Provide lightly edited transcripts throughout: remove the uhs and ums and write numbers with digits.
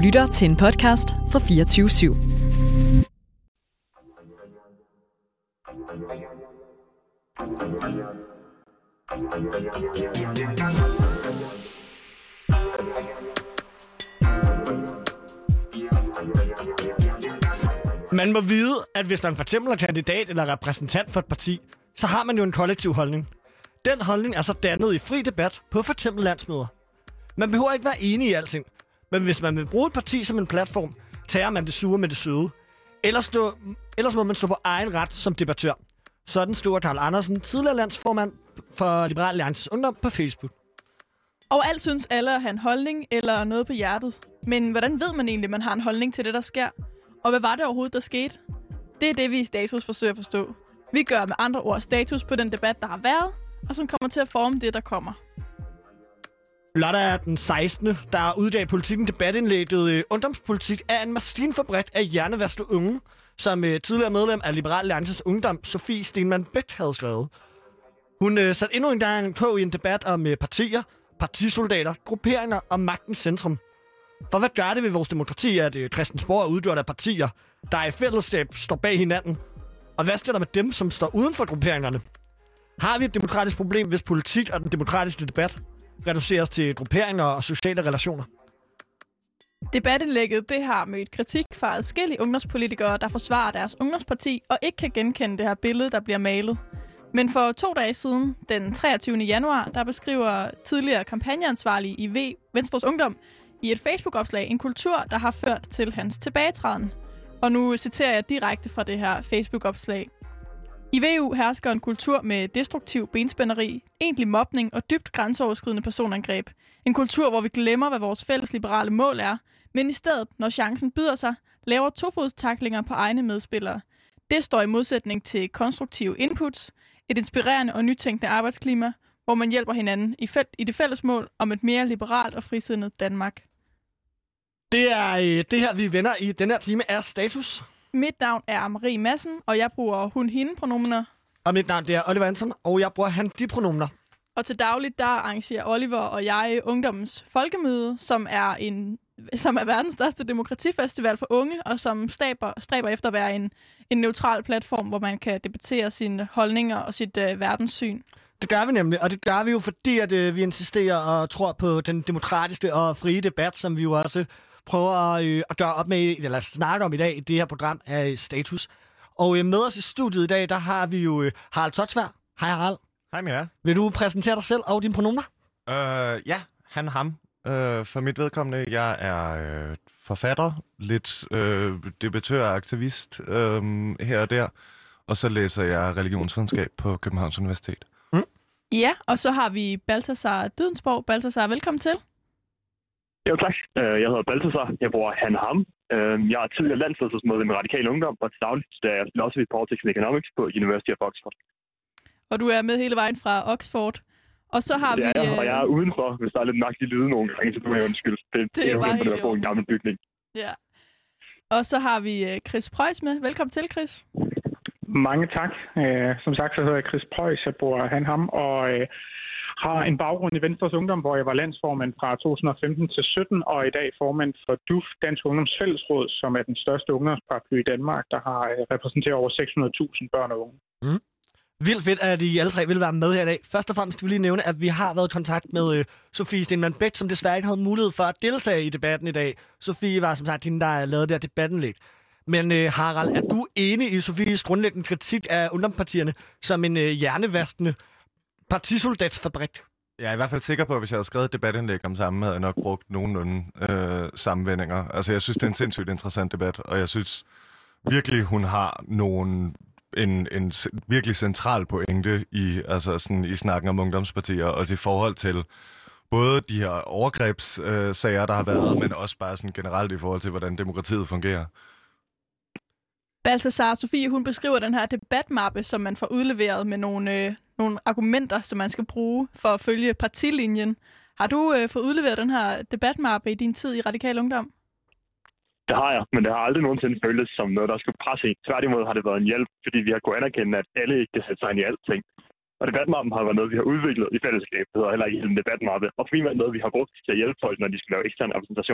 lytter til en podcast fra 24/7. Man må vide, at hvis man for eksempel er kandidat eller repræsentant for et parti, så har man jo en kollektiv holdning. Den holdning er så dannet i fri debat på for eksempel landsmøder. Man behøver ikke være enig i alting, men hvis man vil bruge et parti som en platform, tager man det sure med det søde. Ellers må man stå på egen ret som debattør. Sådan skriver Carl Andersen, tidligere landsformand for Liberal Alliances Ungdom på Facebook. Overalt synes alle at have en holdning eller noget på hjertet. Men hvordan ved man egentlig, at man har en holdning til det, der sker? Og hvad var det overhovedet, der skete? Det er det, vi i Status forsøger at forstå. Vi gør med andre ord status på den debat, der har været, og som kommer til at forme det, der kommer. Lørdag er den 16. Der udgav Politikken debatindlægget Ungdomspolitik af en maskinfabrik af hjernevaste unge, som tidligere medlem af Liberal Alliances Ungdom, Sofie Stenmann Bech, havde skrevet. Hun satte endnu en gang på i en debat om partier, partisoldater, grupperinger og magtens centrum. For hvad gør det ved vores demokrati, at Christiansborg er udgjort af partier, der i fællesskab står bag hinanden? Og hvad sker der med dem, som står uden for grupperingerne? Har vi et demokratisk problem, hvis politik og den demokratiske debat reduceres til grupperinger og sociale relationer? Debatindlægget det har mødt kritik fra adskillige ungdomspolitikere, der forsvarer deres ungdomsparti og ikke kan genkende det her billede, der bliver malet. Men for 2 dage siden, den 23. januar, der beskriver tidligere kampagneansvarlig i Venstres Ungdom i et Facebook-opslag en kultur, der har ført til hans tilbagetræden. Og nu citerer jeg direkte fra det her Facebook-opslag. I VU hersker en kultur med destruktiv benspænderi, egentlig mobning og dybt grænseoverskridende personangreb. En kultur, hvor vi glemmer, hvad vores fælles liberale mål er, men i stedet, når chancen byder sig, laver tofodstaklinger på egne medspillere. Det står i modsætning til konstruktive inputs, et inspirerende og nytænkende arbejdsklima, hvor man hjælper hinanden i det fælles mål om et mere liberalt og frisindet Danmark. Det er det her, vi vender i den her time, er Status. Mit navn er Marie Madsen, og jeg bruger hun-hende-pronomener. Og mit navn det er Oliver Hansen, og jeg bruger han-de-pronomener. Og til dagligt, der arrangerer Oliver og jeg Ungdommens Folkemøde, som er verdens største demokratifestival for unge, og som stræber efter at være en neutral platform, hvor man kan debattere sine holdninger og sit verdenssyn. Det gør vi nemlig, og det gør vi jo, fordi at, vi insisterer og tror på den demokratiske og frie debat, som vi jo også prøver at gøre op med, eller snakke om i dag i det her program af Status. Og med os i studiet i dag, der har vi jo Harald Totsvær. Hej Harald. Hej med jer. Vil du præsentere dig selv og dine pronomener? Ja, han, ham. For mit vedkommende, jeg er forfatter, lidt debattør og aktivist her og der, og så læser jeg religionsvidenskab på Københavns Universitet. Mm. Ja, og så har vi Balthasar Dydensborg. Balthasar, velkommen til. Jo, tak. Jeg hedder Balthasar. Jeg bruger han, ham. Jeg er tidligere landsledelsesmedlem med Radikal Ungdom, og til dagligt er jeg philosophy, politics and economics på University of Oxford. Og du er med hele vejen fra Oxford. Og så har vi... Ja, og jeg er udenfor, hvis der er lidt mærkelige lyde nogle gange, så du er undskyld. Det er bare helt på en gammel bygning. Ja. Og så har vi Chris Preuss med. Velkommen til, Chris. Mange tak. Som sagt, så hedder jeg Chris Preuss. Jeg bor han, ham, og har en baggrund i Venstres Ungdom, hvor jeg var landsformand fra 2015 til 17, og i dag formand for DUF, Dansk Ungdoms Fællesråd, som er den største ungdomsparaply i Danmark, der har repræsenteret over 600.000 børn og unge. Mm. Vildt fedt, at I alle tre vil være med her i dag. Først og fremmest skal vi lige nævne, at vi har været i kontakt med Sofie Stenmann Bech, som desværre ikke havde mulighed for at deltage i debatten i dag. Sofie var som sagt hende, der lavede det her debatindlæg. Men Harald, er du enig i Sofies grundlæggende kritik af ungdomspartierne som en hjernevaskende partisoldatsfabrik? Jeg er i hvert fald sikker på, at hvis jeg havde skrevet et debatindlæg om samme, havde jeg nok brugt nogenlunde sammenvendinger. Altså, jeg synes, det er en sindssygt interessant debat, og jeg synes virkelig, hun har en virkelig central pointe i snakken om ungdomspartier, også i forhold til både de her overgrebssager, der har været, men også bare sådan generelt i forhold til, hvordan demokratiet fungerer. Balthasar, Sofie, hun beskriver den her debatmappe, som man får udleveret med nogle argumenter, som man skal bruge for at følge partilinjen. Har du fået udleveret den her debatmappe i din tid i Radikal Ungdom? Det har jeg, men det har aldrig nogensinde føltes som noget, der skulle presse en. Tværtimod har det været en hjælp, fordi vi har kunnet anerkende, at alle ikke kan sætte sig ind i alting. Og debatmappen har været noget, vi har udviklet i fællesskab. Det hedder heller ikke en debatmappe. Og primært noget, vi har brugt til at hjælpe folk, når de skal lave ekstern repræsentation.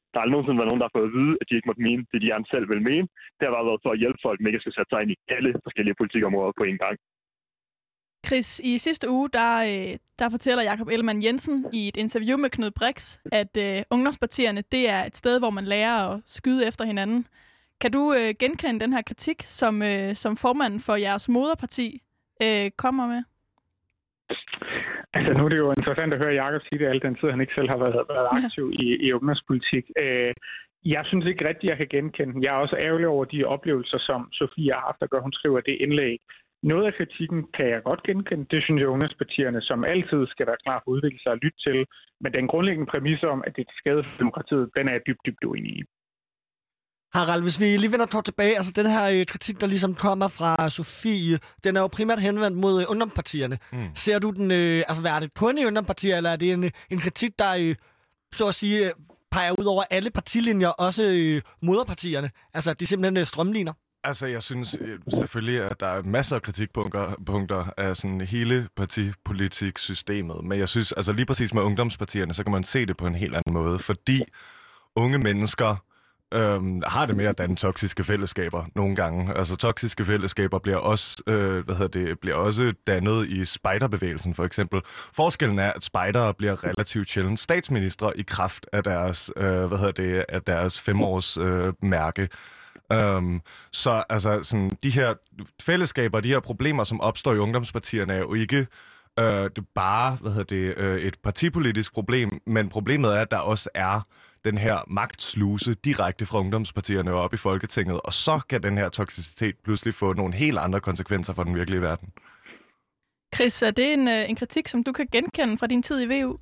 Der har aldrig nogensinde været nogen, der har fået at vide, at de ikke måtte mene det, de gerne selv vil mene. Det har bare været for at hjælpe folk, med ikke skal sætte sig ind i alle forskellige politikområder på en gang. Chris, i sidste uge, der fortæller Jakob Ellemann-Jensen i et interview med Knud Brix, at ungdomspartierne, det er et sted, hvor man lærer at skyde efter hinanden. Kan du genkende den her kritik, som formanden for jeres moderparti kommer med? Altså, nu er det jo interessant at høre Jakob sige det, al den tid han ikke selv har været aktiv i ungdomspolitik. Jeg synes ikke rigtigt, jeg kan genkende den. Jeg er også ærgerlig over de oplevelser, som Sofie har haft, der gør, hun skriver det indlæg. Noget af kritikken kan jeg godt genkende. Det synes jeg, ungdomspartierne som altid skal være klar for at udvikle sig og lytte til. Men den grundlæggende præmis om, at det er til skade for demokratiet, den er jeg dybt uenig i. Harald, hvis vi lige vender tilbage, altså den her kritik, der ligesom kommer fra Sofie, den er jo primært henvendt mod ungdomspartierne. Ser du den, er det kun i ungdomspartier, eller er det en kritik, der så at sige peger ud over alle partilinjer, også moderpartierne? Altså, de simpelthen strømligner? Altså, jeg synes selvfølgelig, at der er masser af kritikpunkter af sådan hele partipolitik-systemet. Men jeg synes, altså lige præcis med ungdomspartierne, så kan man se det på en helt anden måde. Fordi unge mennesker har det med at danne toksiske fællesskaber nogle gange. Altså toksiske fællesskaber bliver også, bliver også dannet i spejderbevægelsen for eksempel. Forskellen er, at spejdere bliver relativt sjældent statsministre i kraft af deres, af deres 5-års mærke. Så altså sådan, de her fællesskaber, de her problemer, som opstår i ungdomspartierne, er jo ikke det bare et partipolitisk problem, men problemet er, at der også er den her magtsluse direkte fra ungdomspartierne op i Folketinget, og så kan den her toksicitet pludselig få nogle helt andre konsekvenser for den virkelige verden. Chris, er det en kritik, som du kan genkende fra din tid i VU?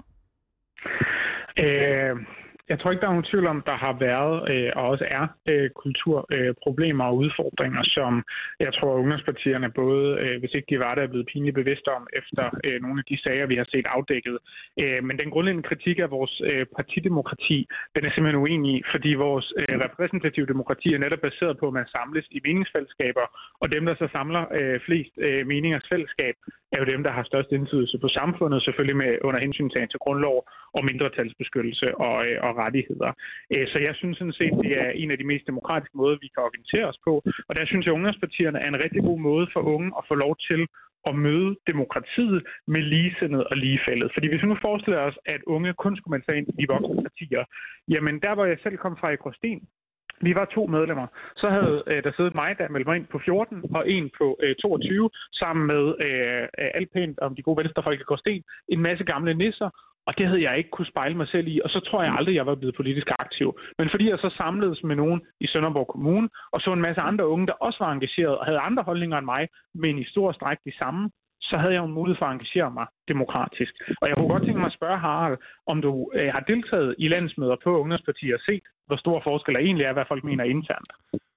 Jeg tror ikke, der er nogen tvivl om, der har været og også er kulturproblemer og udfordringer, som jeg tror, ungdomspartierne både, hvis ikke de var der, er blevet pinligt bevidste om efter nogle af de sager, vi har set afdækket. Men den grundlæggende kritik af vores partidemokrati, den er simpelthen uenig i, fordi vores repræsentative demokrati er netop baseret på, at man samles i meningsfællesskaber, og dem, der så samler flest meningers fællesskab, er jo dem, der har størst indflydelse på samfundet, selvfølgelig med under hensyntagen til grundlov og mindretalsbeskyttelse og rettigheder. Så jeg synes sådan set, det er en af de mest demokratiske måder, vi kan organisere os på. Og der synes jeg, at ungdomspartierne er en rigtig god måde for unge at få lov til at møde demokratiet med ligesindet og ligefældet. Fordi hvis vi nu forestiller os, at unge kun skulle melde sig ind i voksne partier, jamen der, hvor jeg selv kom fra i Gråsten, vi var 2 medlemmer. Så havde der siddet mig, der meldte mig ind på 14, og en på 22, sammen med alt pænt om de gode venstrefolk i Gråsten, en masse gamle nisser, og det havde jeg ikke kunne spejle mig selv i, og så tror jeg aldrig, jeg var blevet politisk aktiv. Men fordi jeg så samledes med nogen i Sønderborg Kommune, og så en masse andre unge, der også var engageret og havde andre holdninger end mig, men i stor stræk de samme, så havde jeg jo en mulighed for at engagere mig demokratisk. Og jeg kunne godt tænke mig at spørge Harald, om du har deltaget i landsmøder på ungdomspartier og set, hvor stor forskel der egentlig er, hvad folk mener internt.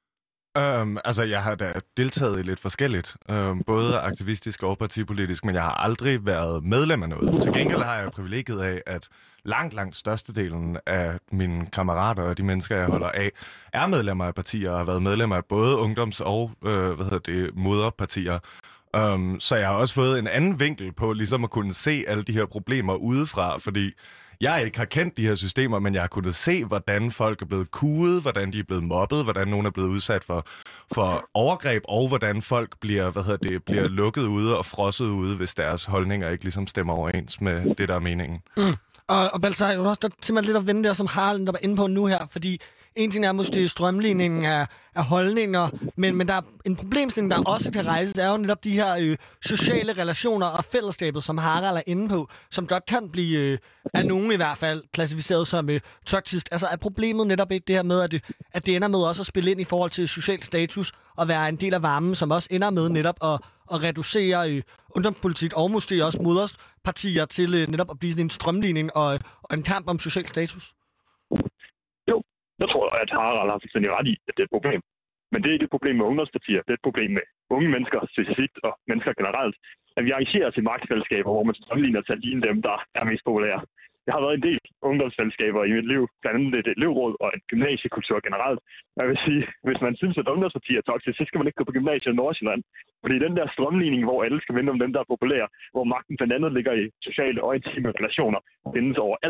Jeg har da deltaget i lidt forskelligt, både aktivistisk og partipolitisk, men jeg har aldrig været medlem af noget. Til gengæld har jeg privilegiet af, at langt størstedelen af mine kammerater og de mennesker, jeg holder af, er medlemmer af partier og har været medlemmer af både ungdoms- og moderpartier. Så jeg har også fået en anden vinkel på ligesom at kunne se alle de her problemer udefra, fordi jeg ikke har kendt de her systemer, men jeg har kunnet se, hvordan folk er blevet kuet, hvordan de er blevet mobbet, hvordan nogen er blevet udsat for overgreb, og hvordan folk bliver lukket ude og frosset ude, hvis deres holdninger ikke ligesom stemmer overens med det, der er meningen. Og Balthazar, jeg vil også simpelthen lidt at vende der, som Harald der var inde på nu her, fordi en ting er måske strømligningen af holdninger, men der er en problemstilling, der også kan rejses, er jo netop de her sociale relationer og fællesskabet, som Harald er inde på, som godt kan blive, af nogen i hvert fald, klassificeret som toksisk. Altså er problemet netop ikke det her med, at det ender med også at spille ind i forhold til social status og være en del af varmen, som også ender med netop at reducere ungdomspolitik og måske også moderspartier til netop at blive sådan en strømligning og en kamp om social status? Jeg tror, at Harald har fuldstændig ret i, at det er et problem. Men det er ikke et problem med ungdomspartier. Det er et problem med unge mennesker specifikt og mennesker generelt. At vi arrangerer til magtfællesskaber, hvor man strømligner til at ligne dem, der er mest populære. Jeg har været en del ungdomsfællesskaber i mit liv, blandt andet et elevråd og en gymnasiekultur generelt. Jeg vil sige, hvis man synes, at ungdomspartier er toksisk, så skal man ikke gå på gymnasiet i Nordsjælland. Fordi den der strømligning, hvor alle skal vinde om dem, der er populære, hvor magten blandt andet ligger i sociale og intime relationer, findes overalt.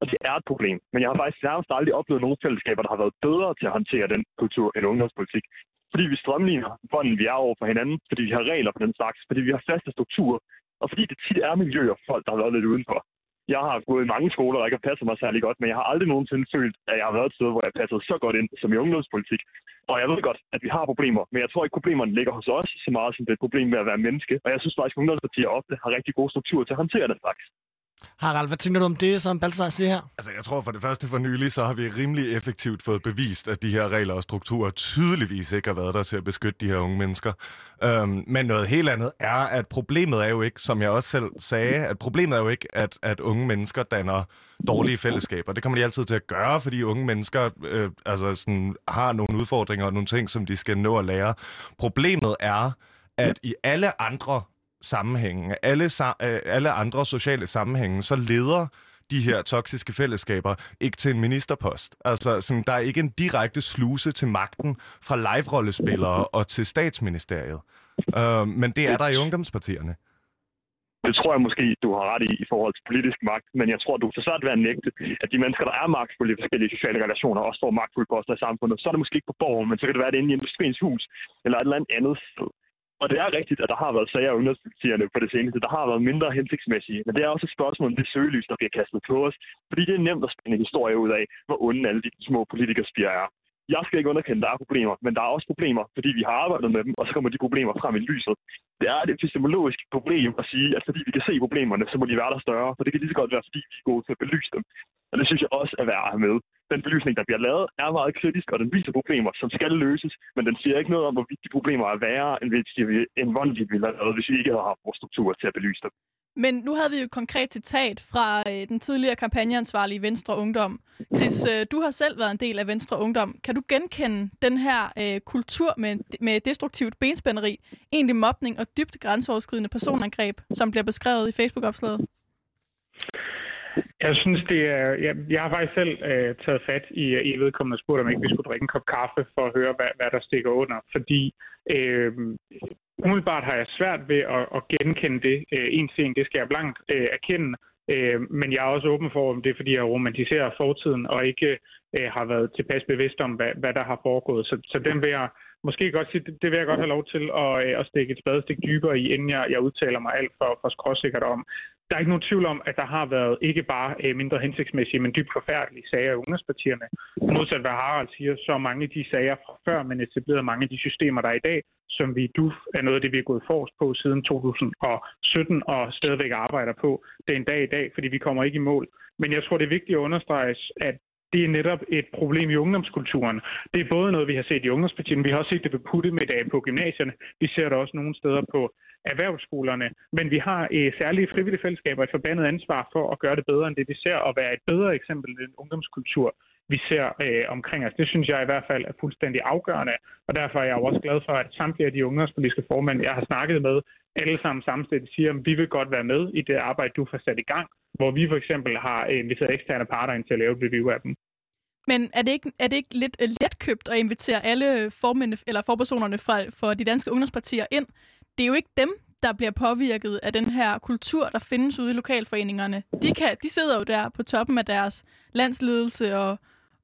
Og det er et problem. Men jeg har faktisk nærmest aldrig oplevet nogle fællesskaber, der har været bedre til at håndtere den kultur end ungdomspolitik. Fordi vi strømligner, hvordan vi er over for hinanden, fordi vi har regler for den slags, fordi vi har faste strukturer, og fordi det tit er miljøer for folk, der har været lidt udenfor. Jeg har gået i mange skoler, der ikke har passet mig særlig godt, men jeg har aldrig nogensinde følt, at jeg har været et sted, hvor jeg passede så godt ind som i ungdomspolitik. Og jeg ved godt, at vi har problemer, men jeg tror ikke, problemerne ligger hos os så meget, som det er et problem med at være menneske. Og jeg synes faktisk, at ungdomspartier ofte har rigtig gode strukturer til at håndtere den slags. Harald, hvad tænker du om det, som Balthasar siger her? Altså, jeg tror for det første for nylig, så har vi rimelig effektivt fået bevist, at de her regler og strukturer tydeligvis ikke har været der til at beskytte de her unge mennesker. Men noget helt andet er, at problemet er jo ikke, som jeg også selv sagde, at problemet er jo ikke, at unge mennesker danner dårlige fællesskaber. Det kommer de altid til at gøre, fordi unge mennesker har nogle udfordringer og nogle ting, som de skal nå at lære. Problemet er, at i alle andre sammenhænge, alle andre sociale sammenhænge, så leder de her toksiske fællesskaber ikke til en ministerpost. Altså, sådan, der er ikke en direkte sluse til magten fra live-rollespillere og til statsministeriet. Men det er der i ungdomspartierne. Det tror jeg måske, du har ret i forhold til politisk magt, men jeg tror, du er for svært ved at nægte, at de mennesker, der er magtfulde i forskellige sociale relationer, også får magtfulde poster i samfundet. Så er det måske ikke på borgen, men så kan det være det inde i industriens hus, eller et eller andet sted. Og det er rigtigt, at der har været sager af ungdomspartierne på det seneste. Der har været mindre hensigtsmæssige, men det er også et spørgsmål om det søgelys, der bliver kastet på os. Fordi det er nemt at spænde historier ud af, hvor onde alle de små politikerspirer er. Jeg skal ikke underkende, at der er problemer, men der er også problemer, fordi vi har arbejdet med dem, og så kommer de problemer frem i lyset. Det er et epistemologisk problem at sige, at fordi vi kan se problemerne, så må de være der større, for det kan lige så godt være, fordi vi er gode til at belyse dem. Og det synes jeg også er værd at have med. Den belysning, der bliver lavet, er meget kritisk, og den viser problemer, som skal løses, men den siger ikke noget om, hvorvidt de problemer er værre, end hvordan de ville have lavet, hvis vi ikke havde haft vores strukturer til at belyse dem. Men nu havde vi jo et konkret citat fra den tidligere kampagneansvarlige Venstre Ungdom. Chris, du har selv været en del af Venstre Ungdom. Kan du genkende den her kultur med destruktivt benspænderi, egentlig mobning og dybt grænseoverskridende personangreb, som bliver beskrevet i Facebook-opslaget? Jeg synes, jeg har faktisk selv taget fat i vedkommende og spurgt, om ikke vi skulle drikke en kop kaffe for at høre, hvad der stikker under. Fordi umiddelbart har jeg svært ved at genkende det. En ting, det skal jeg blankt erkende. Men jeg er også åben for, om det er, fordi jeg romantiserer fortiden og ikke har været tilpas bevidst om, hvad der har foregået. Så den vil jeg måske godt sige, det vil jeg godt have lov til at stikke et spadestik dybere i, inden jeg udtaler mig alt for skråsikkert om. Der er ikke nogen tvivl om, at der har været ikke bare mindre hensigtsmæssige, men dybt forfærdelige sager i ungdomspartierne. Modsat hvad Harald siger, så mange af de sager fra før, men etableret mange af de systemer, der er i dag, som vi i DUF er noget af det, vi er gået forrest på siden 2017 og stadigvæk arbejder på den dag i dag, fordi vi kommer ikke i mål. Men jeg tror, det er vigtigt at understrege, at det er netop et problem i ungdomskulturen. Det er både noget, vi har set i ungdomspartierne, vi har også set det ved puttemiddag på gymnasierne, vi ser det også nogle steder på erhvervsskolerne, men vi har særlige frivillige fællesskaber et forbandet ansvar for at gøre det bedre end det, vi ser, og være et bedre eksempel end den ungdomskultur, vi ser omkring os. Det synes jeg i hvert fald er fuldstændig afgørende, og derfor er jeg også glad for, at samtlige af de ungdomspolitiske formænd, jeg har snakket med, alle sammen samtidig siger, at vi vil godt være med i det arbejde, du har sat i gang, hvor vi for eksempel har inviteret eksterne parter ind til at lave et review af dem. Men er det ikke lidt letkøbt at invitere alle formænd eller forpersonerne for de danske ungdomspartier ind? Det er jo ikke dem, der bliver påvirket af den her kultur, der findes ude i lokalforeningerne. De sidder jo der på toppen af deres landsledelse og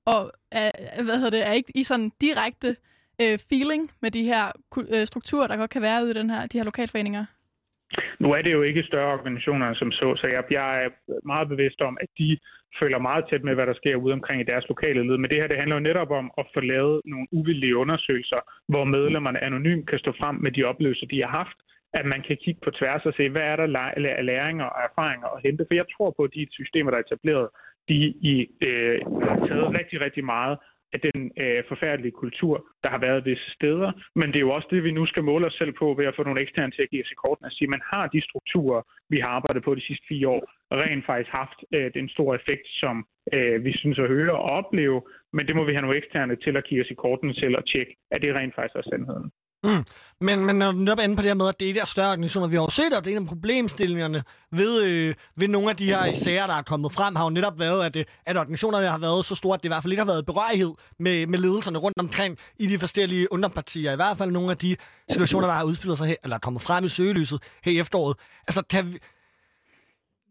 er ikke i sådan direkte feeling med de her strukturer, der godt kan være ude i de her lokalforeninger. Nu er det jo ikke større organisationer som så jeg er meget bevidst om, at de følger meget tæt med, hvad der sker ude omkring i deres lokale led. Men det her, det handler jo netop om at få lavet nogle uvildige undersøgelser, hvor medlemmerne anonymt kan stå frem med de oplevelser, de har haft. At man kan kigge på tværs og se, hvad er der af læringer og erfaringer at hente. For jeg tror på, at de systemer, der er etableret, de har taget rigtig, rigtig meget af den forfærdelige kultur, der har været visse steder. Men det er jo også det, vi nu skal måle os selv på ved at få nogle eksterne til at give os i korten og sige, at man har de strukturer, vi har arbejdet på de sidste 4 år, og rent faktisk haft en stor effekt, som vi synes at høre og opleve. Men det må vi have nogle eksterne til at give os i korten til at tjekke, at det rent faktisk er sandheden. Men når du netop ender på det her med, at det er de der større organisationer, vi har jo set, at det er en af problemstillingerne ved nogle af de her sager, der er kommet frem, har jo netop været, at organisationerne har været så store, at det i hvert fald ikke har været berørighed med ledelserne rundt omkring i de forskellige ungdomspartier. I hvert fald nogle af de situationer, der har udspillet sig her, eller er kommet frem i søgelyset her i efteråret. Altså,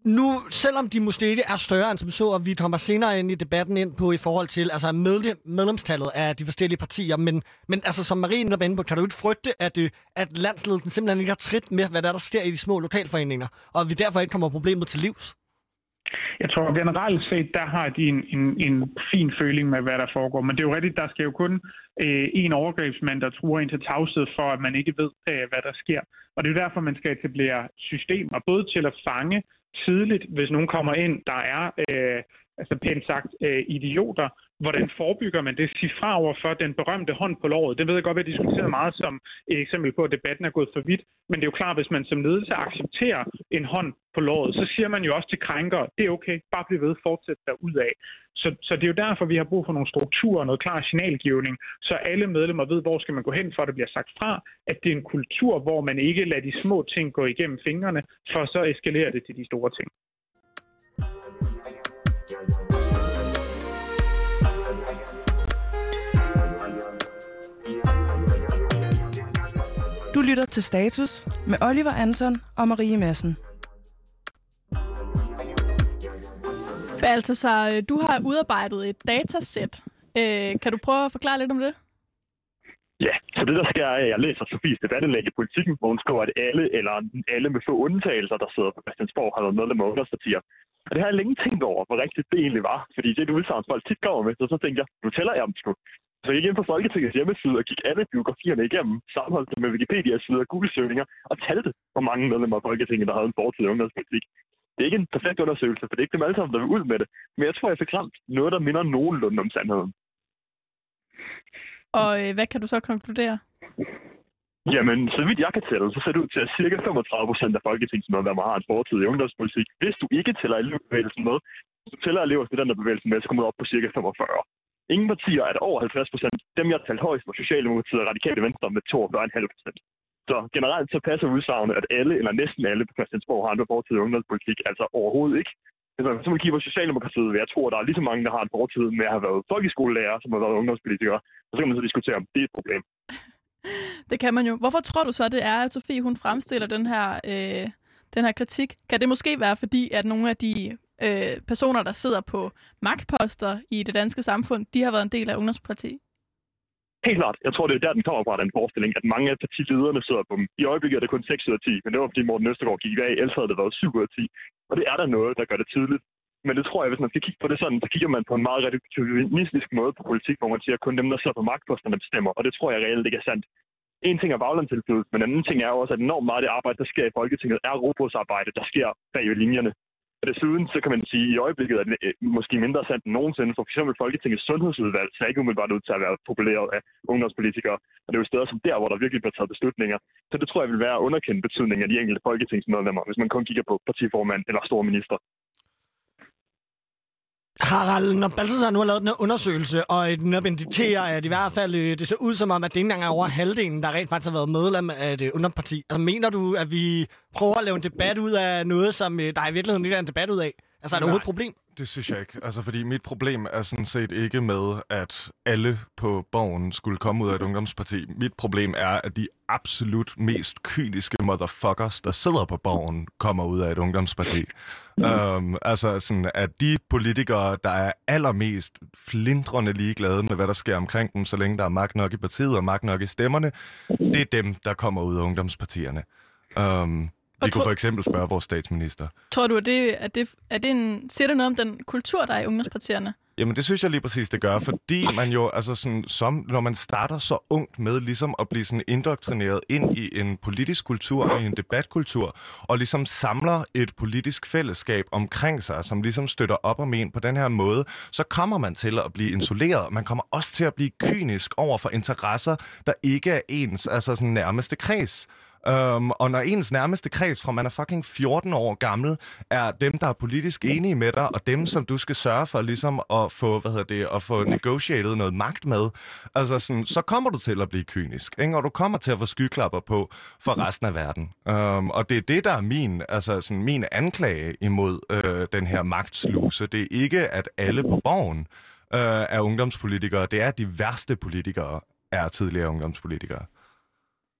Nu, selvom de måske ikke er større end som så, og vi kommer senere ind i debatten ind på i forhold til altså medlemstallet af de forskellige partier, men altså som Marie er inde på, kan du ikke frygte, at landsledelsen simpelthen ikke har trit med, hvad der sker i de små lokalforeninger, og at vi derfor ikke kommer problemet til livs? Jeg tror generelt set, der har de en fin føling med, hvad der foregår. Men det er jo rigtigt, der skal jo kun en overgrebsmand, der truer ind til tavshed for, at man ikke ved, hvad der sker. Og det er jo derfor, man skal etablere systemer, både til at fange tidligt, hvis nogen kommer ind, der er pænt sagt idioter. Hvordan forebygger man det? Sig fra over for den berømte hånd på låret. Det ved jeg godt, vi har diskuteret meget som et eksempel på, at debatten er gået for vidt. Men det er jo klart, hvis man som ledelse accepterer en hånd på låret, så siger man jo også til krænkere, det er okay, bare bliv ved, fortsæt derudad. Så det er jo derfor, vi har brug for nogle strukturer, noget klar signalgivning, så alle medlemmer ved, hvor skal man gå hen, for at det bliver sagt fra, at det er en kultur, hvor man ikke lader de små ting gå igennem fingrene, for så eskalerer det til de store ting. Du lytter til Status med Oliver Anton og Marie Madsen. Balthasar, du har udarbejdet et datasæt. Kan du prøve at forklare lidt om det? Ja, så det der sker er, at jeg læser Sofies debatindlæg i Politikken, hvor hun skriver, at alle med få undtagelser, der sidder på Christiansborg, har været medlem af ungdomspartier. Og det har jeg længe tænkt over, hvor rigtigt det egentlig var. Fordi det er et udsagn, folk tit kommer med, så tænkte jeg, nu tæller jeg dem sgu. Så jeg gik ind på Folketingets hjemmeside og gik alle biografierne igennem, sammenholdt med Wikipedias sider og Google-søgninger, og talte, hvor mange medlemmer af Folketinget, der havde en fortid i ungdomspolitik. Det er ikke en perfekt undersøgelse, for det er ikke dem alle sammen, der vil ud med det. Men jeg tror, jeg fik ramt noget, der minder nogenlunde om sandheden. Og hvad kan du så konkludere? Jamen, så vidt jeg kan tælle, så ser det ud til, at ca. 35% af folketingsmedlemmer har en fortid i ungdomspolitik. Hvis du ikke tæller elevbevægelsen med, så tæller elever studenterbevægelsen med, så kommer du op på ca. 45. Ingen partier er over 50%. Dem, jeg har talt højst, var Socialdemokratiet og Radikale Venstre med 42,5%. Så generelt så passer udsagnet, at alle eller næsten alle på Christiansborg har en fortid i ungdomspolitik, altså overhovedet ikke. Hvis man kigger på Socialdemokratiet, jeg tror, der er lige så mange, der har en fortid med at have været folkeskolelærer, som har været ungdomspolitikere. Så kan man så diskutere, om det er et problem. Det kan man jo. Hvorfor tror du så, det er, at Sofie hun fremstiller den her kritik? Kan det måske være fordi, at nogle af de personer, der sidder på magtposter i det danske samfund, de har været en del af ungdomsparti? Helt klart. Jeg tror, det er der, den kommer fra, den forestilling, at mange af partilederne sidder på dem. I øjeblikket er det kun 6 ud af 10, men det var fordi Morten Østergaard gik af, ellers havde det været 7 ud af 10. Og det er der noget, der gør det tydeligt. Men det tror jeg, hvis man skal kigge på det sådan, så kigger man på en meget reduktionistisk måde på politik, hvor man siger, at kun dem, der sidder på magtposterne, bestemmer. Og det tror jeg reelt ikke er sandt. En ting er baglandsindflydelse, men en anden ting er også, at enormt meget af det arbejde, der sker i Folketinget, er robotsarbejde, der sker bag ved linjerne. Og desuden, så kan man sige, at i øjeblikket er det måske mindre sandt end nogensinde, for f.eks. Folketingets sundhedsudvalg ser ikke umiddelbart ud til at være populeret af ungdomspolitikere. Og det er jo steder som der, hvor der virkelig bliver taget beslutninger. Så det tror jeg vil være at underkende betydningen af de enkelte folketingsmedlemmer, hvis man kun kigger på partiformand eller store minister. Harald, når Balthasar nu har lavet den her undersøgelse, og den indikerer, at i hvert fald det ser ud som om, at det ikke engang er over halvdelen, der rent faktisk har været medlem af et ungdomsparti. Altså mener du, at vi prøver at lave en debat ud af noget, som der i virkeligheden ikke er en debat ud af? Altså er det overhovedet et problem? Det synes jeg ikke. Altså, fordi mit problem er sådan set ikke med, at alle på Borgen skulle komme ud af et ungdomsparti. Mit problem er, at de absolut mest kyniske motherfuckers, der sidder på Borgen, kommer ud af et ungdomsparti. Altså sådan, at de politikere, der er allermest flindrende ligeglade med, hvad der sker omkring dem, så længe der er magt nok i partiet og magt nok i stemmerne, det er dem, der kommer ud af ungdomspartierne. Vi kunne for eksempel spørge vores statsminister. Tror du, siger det noget om den kultur, der er i ungdomspartierne? Jamen det synes jeg lige præcis, det gør, fordi man jo, altså sådan, når man starter så ungt med ligesom at blive sådan indoktrineret ind i en politisk kultur og i en debatkultur, og ligesom samler et politisk fællesskab omkring sig, som ligesom støtter op om en på den her måde, så kommer man til at blive isoleret. Man kommer også til at blive kynisk over for interesser, der ikke er ens, altså sådan nærmeste kreds. Og når ens nærmeste kreds, fra man er fucking 14 år gammel, er dem, der er politisk enige med dig, og dem, som du skal sørge for ligesom at få, at få negotiated noget magt med, altså sådan, så kommer du til at blive kynisk, ikke? Og du kommer til at få skyklapper på for resten af verden. Og det er det, der er min anklage imod den her magtsluse. Det er ikke, at alle på Borgen er ungdomspolitikere. Det er, at de værste politikere er tidligere ungdomspolitikere.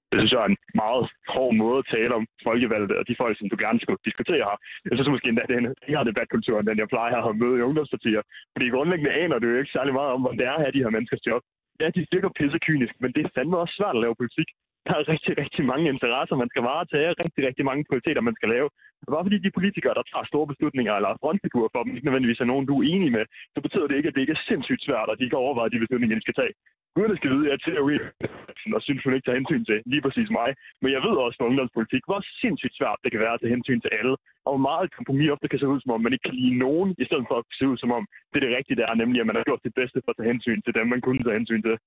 Det synes jeg er en meget hård måde at tale om folkevalgte og de folk, som du gerne skulle diskutere her. Jeg synes måske endda, at det er en her debatkultur, end den jeg plejer at have møde i ungdomspartier. Fordi grundlæggende aner du jo ikke særlig meget om, hvordan det er at have de her menneskers job. Ja, de virker pissekynisk, men det er fandme også svært at lave politik. Der er rigtig, rigtig mange interesser, man skal varetage, rigtig, rigtig mange prioriteter, man skal lave. Og bare fordi de politikere, der tager store beslutninger eller frontfigurer for dem, ikke nødvendigvis er nogen, du er enig med, så betyder det ikke, at det ikke er sindssygt svært, at de kan overveje de beslutninger, de skal tage. Guderne skal vide, at jeg er teori, og synes hun ikke tager hensyn til lige præcis mig. Men jeg ved også for ungdomspolitik, hvor sindssygt svært det kan være at tage hensyn til alle. Og hvor meget et kompromis ofte kan se ud, som om man ikke kan lide nogen, i stedet for at se ud, som om det er det rigtige, der er, nemlig at man har gjort sit bedste for at tage hensyn til dem, man kunne tage hensyn til.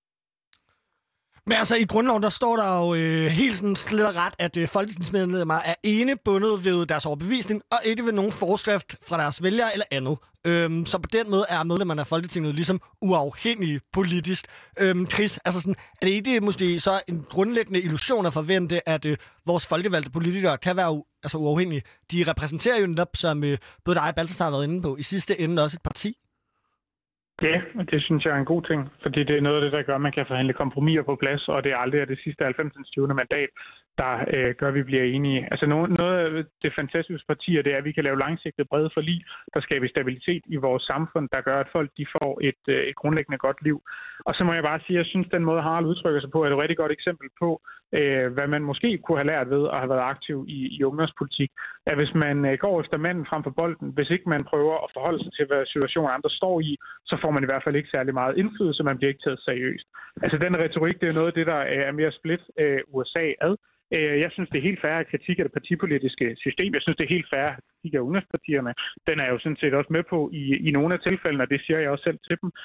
Men altså, i grundloven, der står der jo helt sådan slet og ret, at folketingsmedlemmer er bundet ved deres overbevisning, og ikke ved nogen forskrift fra deres vælgere eller andet. Så på den måde er medlemmerne af Folketinget ligesom uafhængige politisk. Chris, altså sådan, er det ikke måske så en grundlæggende illusion at forvente, at vores folkevalgte politikere kan være uafhængige? De repræsenterer jo netop, som både dig og Balthasar har været inde på, i sidste ende også et parti. Ja, det synes jeg er en god ting, fordi det er noget af det, der gør, at man kan forhandle kompromiser på plads, og det er aldrig det sidste 90. mandat, der gør, at vi bliver enige. Altså noget af det fantastiske partier, det er, at vi kan lave langsigtede brede forlig, der skaber stabilitet i vores samfund, der gør, at folk de får et grundlæggende godt liv. Og så må jeg bare sige, at jeg synes, den måde Harald udtrykker sig på, er et rigtig godt eksempel på, hvad man måske kunne have lært ved at have været aktiv i ungdomspolitik. At hvis man går efter manden frem for bolden, hvis ikke man prøver at forholde sig til, hvad situationen andre står i, så får man i hvert fald ikke særlig meget indflydelse, man bliver ikke taget seriøst. Altså den retorik, det er noget af det, der er mere split USA ad. Jeg synes, det er helt fair at kritik af det partipolitiske system. Jeg synes, det er helt fair at kritik af ungdomspartierne. Den er jeg jo sådan set også med på i nogle af tilfældene, og det siger jeg også selv til dem.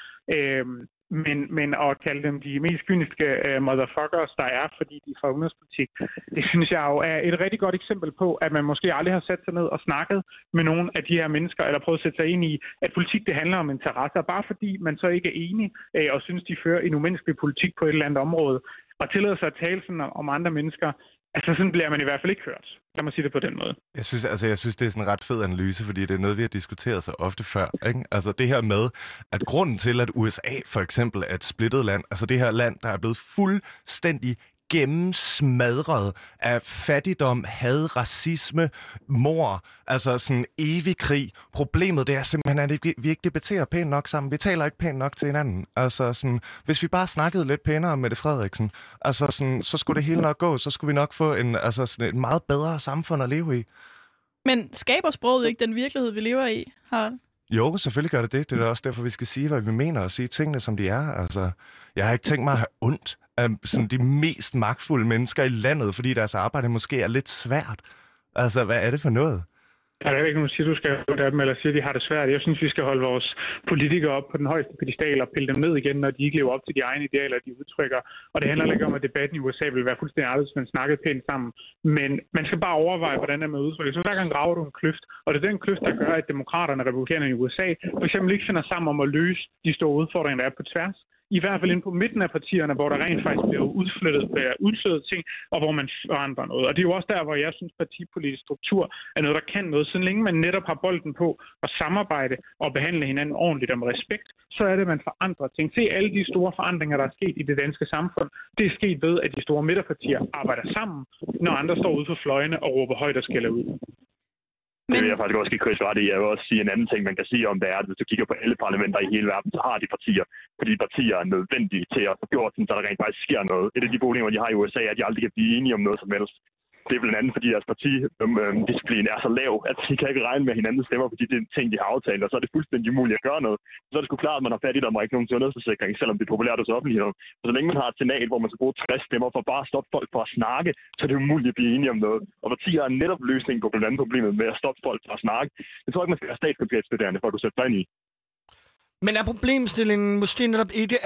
Men at kalde dem de mest kyniske motherfuckers, der er, fordi de er fra ungdomspolitik, det synes jeg jo er et rigtig godt eksempel på, at man måske aldrig har sat sig ned og snakket med nogle af de her mennesker, eller prøvet at sætte sig ind i, at politik det handler om interesser. Bare fordi man så ikke er enig og synes, de fører en umenneskelig politik på et eller andet område, og tillader sig at tale sådan om andre mennesker, altså sådan bliver man i hvert fald ikke hørt. Lad mig sige det på den måde. Jeg synes, det er sådan en ret fed analyse, fordi det er noget, vi har diskuteret så ofte før. Ikke? Altså det her med, at grunden til, at USA for eksempel er et splittet land, altså det her land, der er blevet fuldstændig gennemsmadret af fattigdom, had, racisme, mord, altså sådan evig krig. Problemet det er simpelthen, at vi ikke debatterer pænt nok sammen. Vi taler ikke pænt nok til hinanden. Altså sådan, hvis vi bare snakkede lidt pænere om Mette Frederiksen, altså sådan, så skulle det hele nok gå, så skulle vi nok få et meget bedre samfund at leve i. Men skaber sproget ikke den virkelighed, vi lever i, Harald? Jo, selvfølgelig gør det det. Det er også derfor, vi skal sige, hvad vi mener, og sige tingene, som de er. Altså, jeg har ikke tænkt mig at have ondt af sådan de mest magtfulde mennesker i landet, fordi deres arbejde måske er lidt svært. Altså, hvad er det for noget? Der er ikke nogen, der siger, du skal have dem, eller siger, at de har det svært. Jeg synes, vi skal holde vores politikere op på den højeste pedestal og pille dem ned igen, når de ikke lever op til de egne idealer, de udtrykker. Og det handler ikke om, at debatten i USA vil være fuldstændig anderledes, hvis man snakkede pænt sammen. Men man skal bare overveje, hvordan det er med udtryk. Så hver gang graver du en kløft, og det er den kløft, der gør, at demokraterne og republikanerne i USA for eksempel ikke finder sammen om at løse de store udfordringer, der er på tværs. I hvert fald inde på midten af partierne, hvor der rent faktisk bliver udflyttet ting, og hvor man forandrer noget. Og det er jo også der, hvor jeg synes, partipolitisk struktur er noget, der kan noget. Så længe man netop har bolden på at samarbejde og behandle hinanden ordentligt og med respekt, så er det, man forandrer ting. Se alle de store forandringer, der er sket i det danske samfund. Det er sket ved, at de store midterpartier arbejder sammen, når andre står ude for fløjene og råber højt og skælder ud. Det vil jeg faktisk også give Chris ret i. Jeg vil også sige en anden ting, man kan sige om det er, at hvis du kigger på alle parlamenter i hele verden, så har de partier. Fordi partier er nødvendige til at få gjort, så der rent faktisk sker noget. Et af de problemer, de har i USA, er, at de aldrig kan blive enige om noget som helst. Det er blandt andet, fordi deres partidisciplin er så lav, at de kan ikke regne med hinandens stemmer, fordi det er ting, de har aftalt, og så er det fuldstændig umuligt at gøre noget. Så er det sgu klart, at man har fattigdom og ikke nogen sundhedsforsikring, selvom det er populært hos offentligheden. Så længe man har et senat, hvor man skal bruge 60 stemmer for bare at stoppe folk fra at snakke, så er det umuligt at blive enige om noget. Og partier er netop løsningen på blandt andet problemet med at stoppe folk fra at snakke. Jeg tror ikke, man skal være statskundskabsstuderende for at kunne sætte sig ind i. Men er problemstillingen måske netop ikke,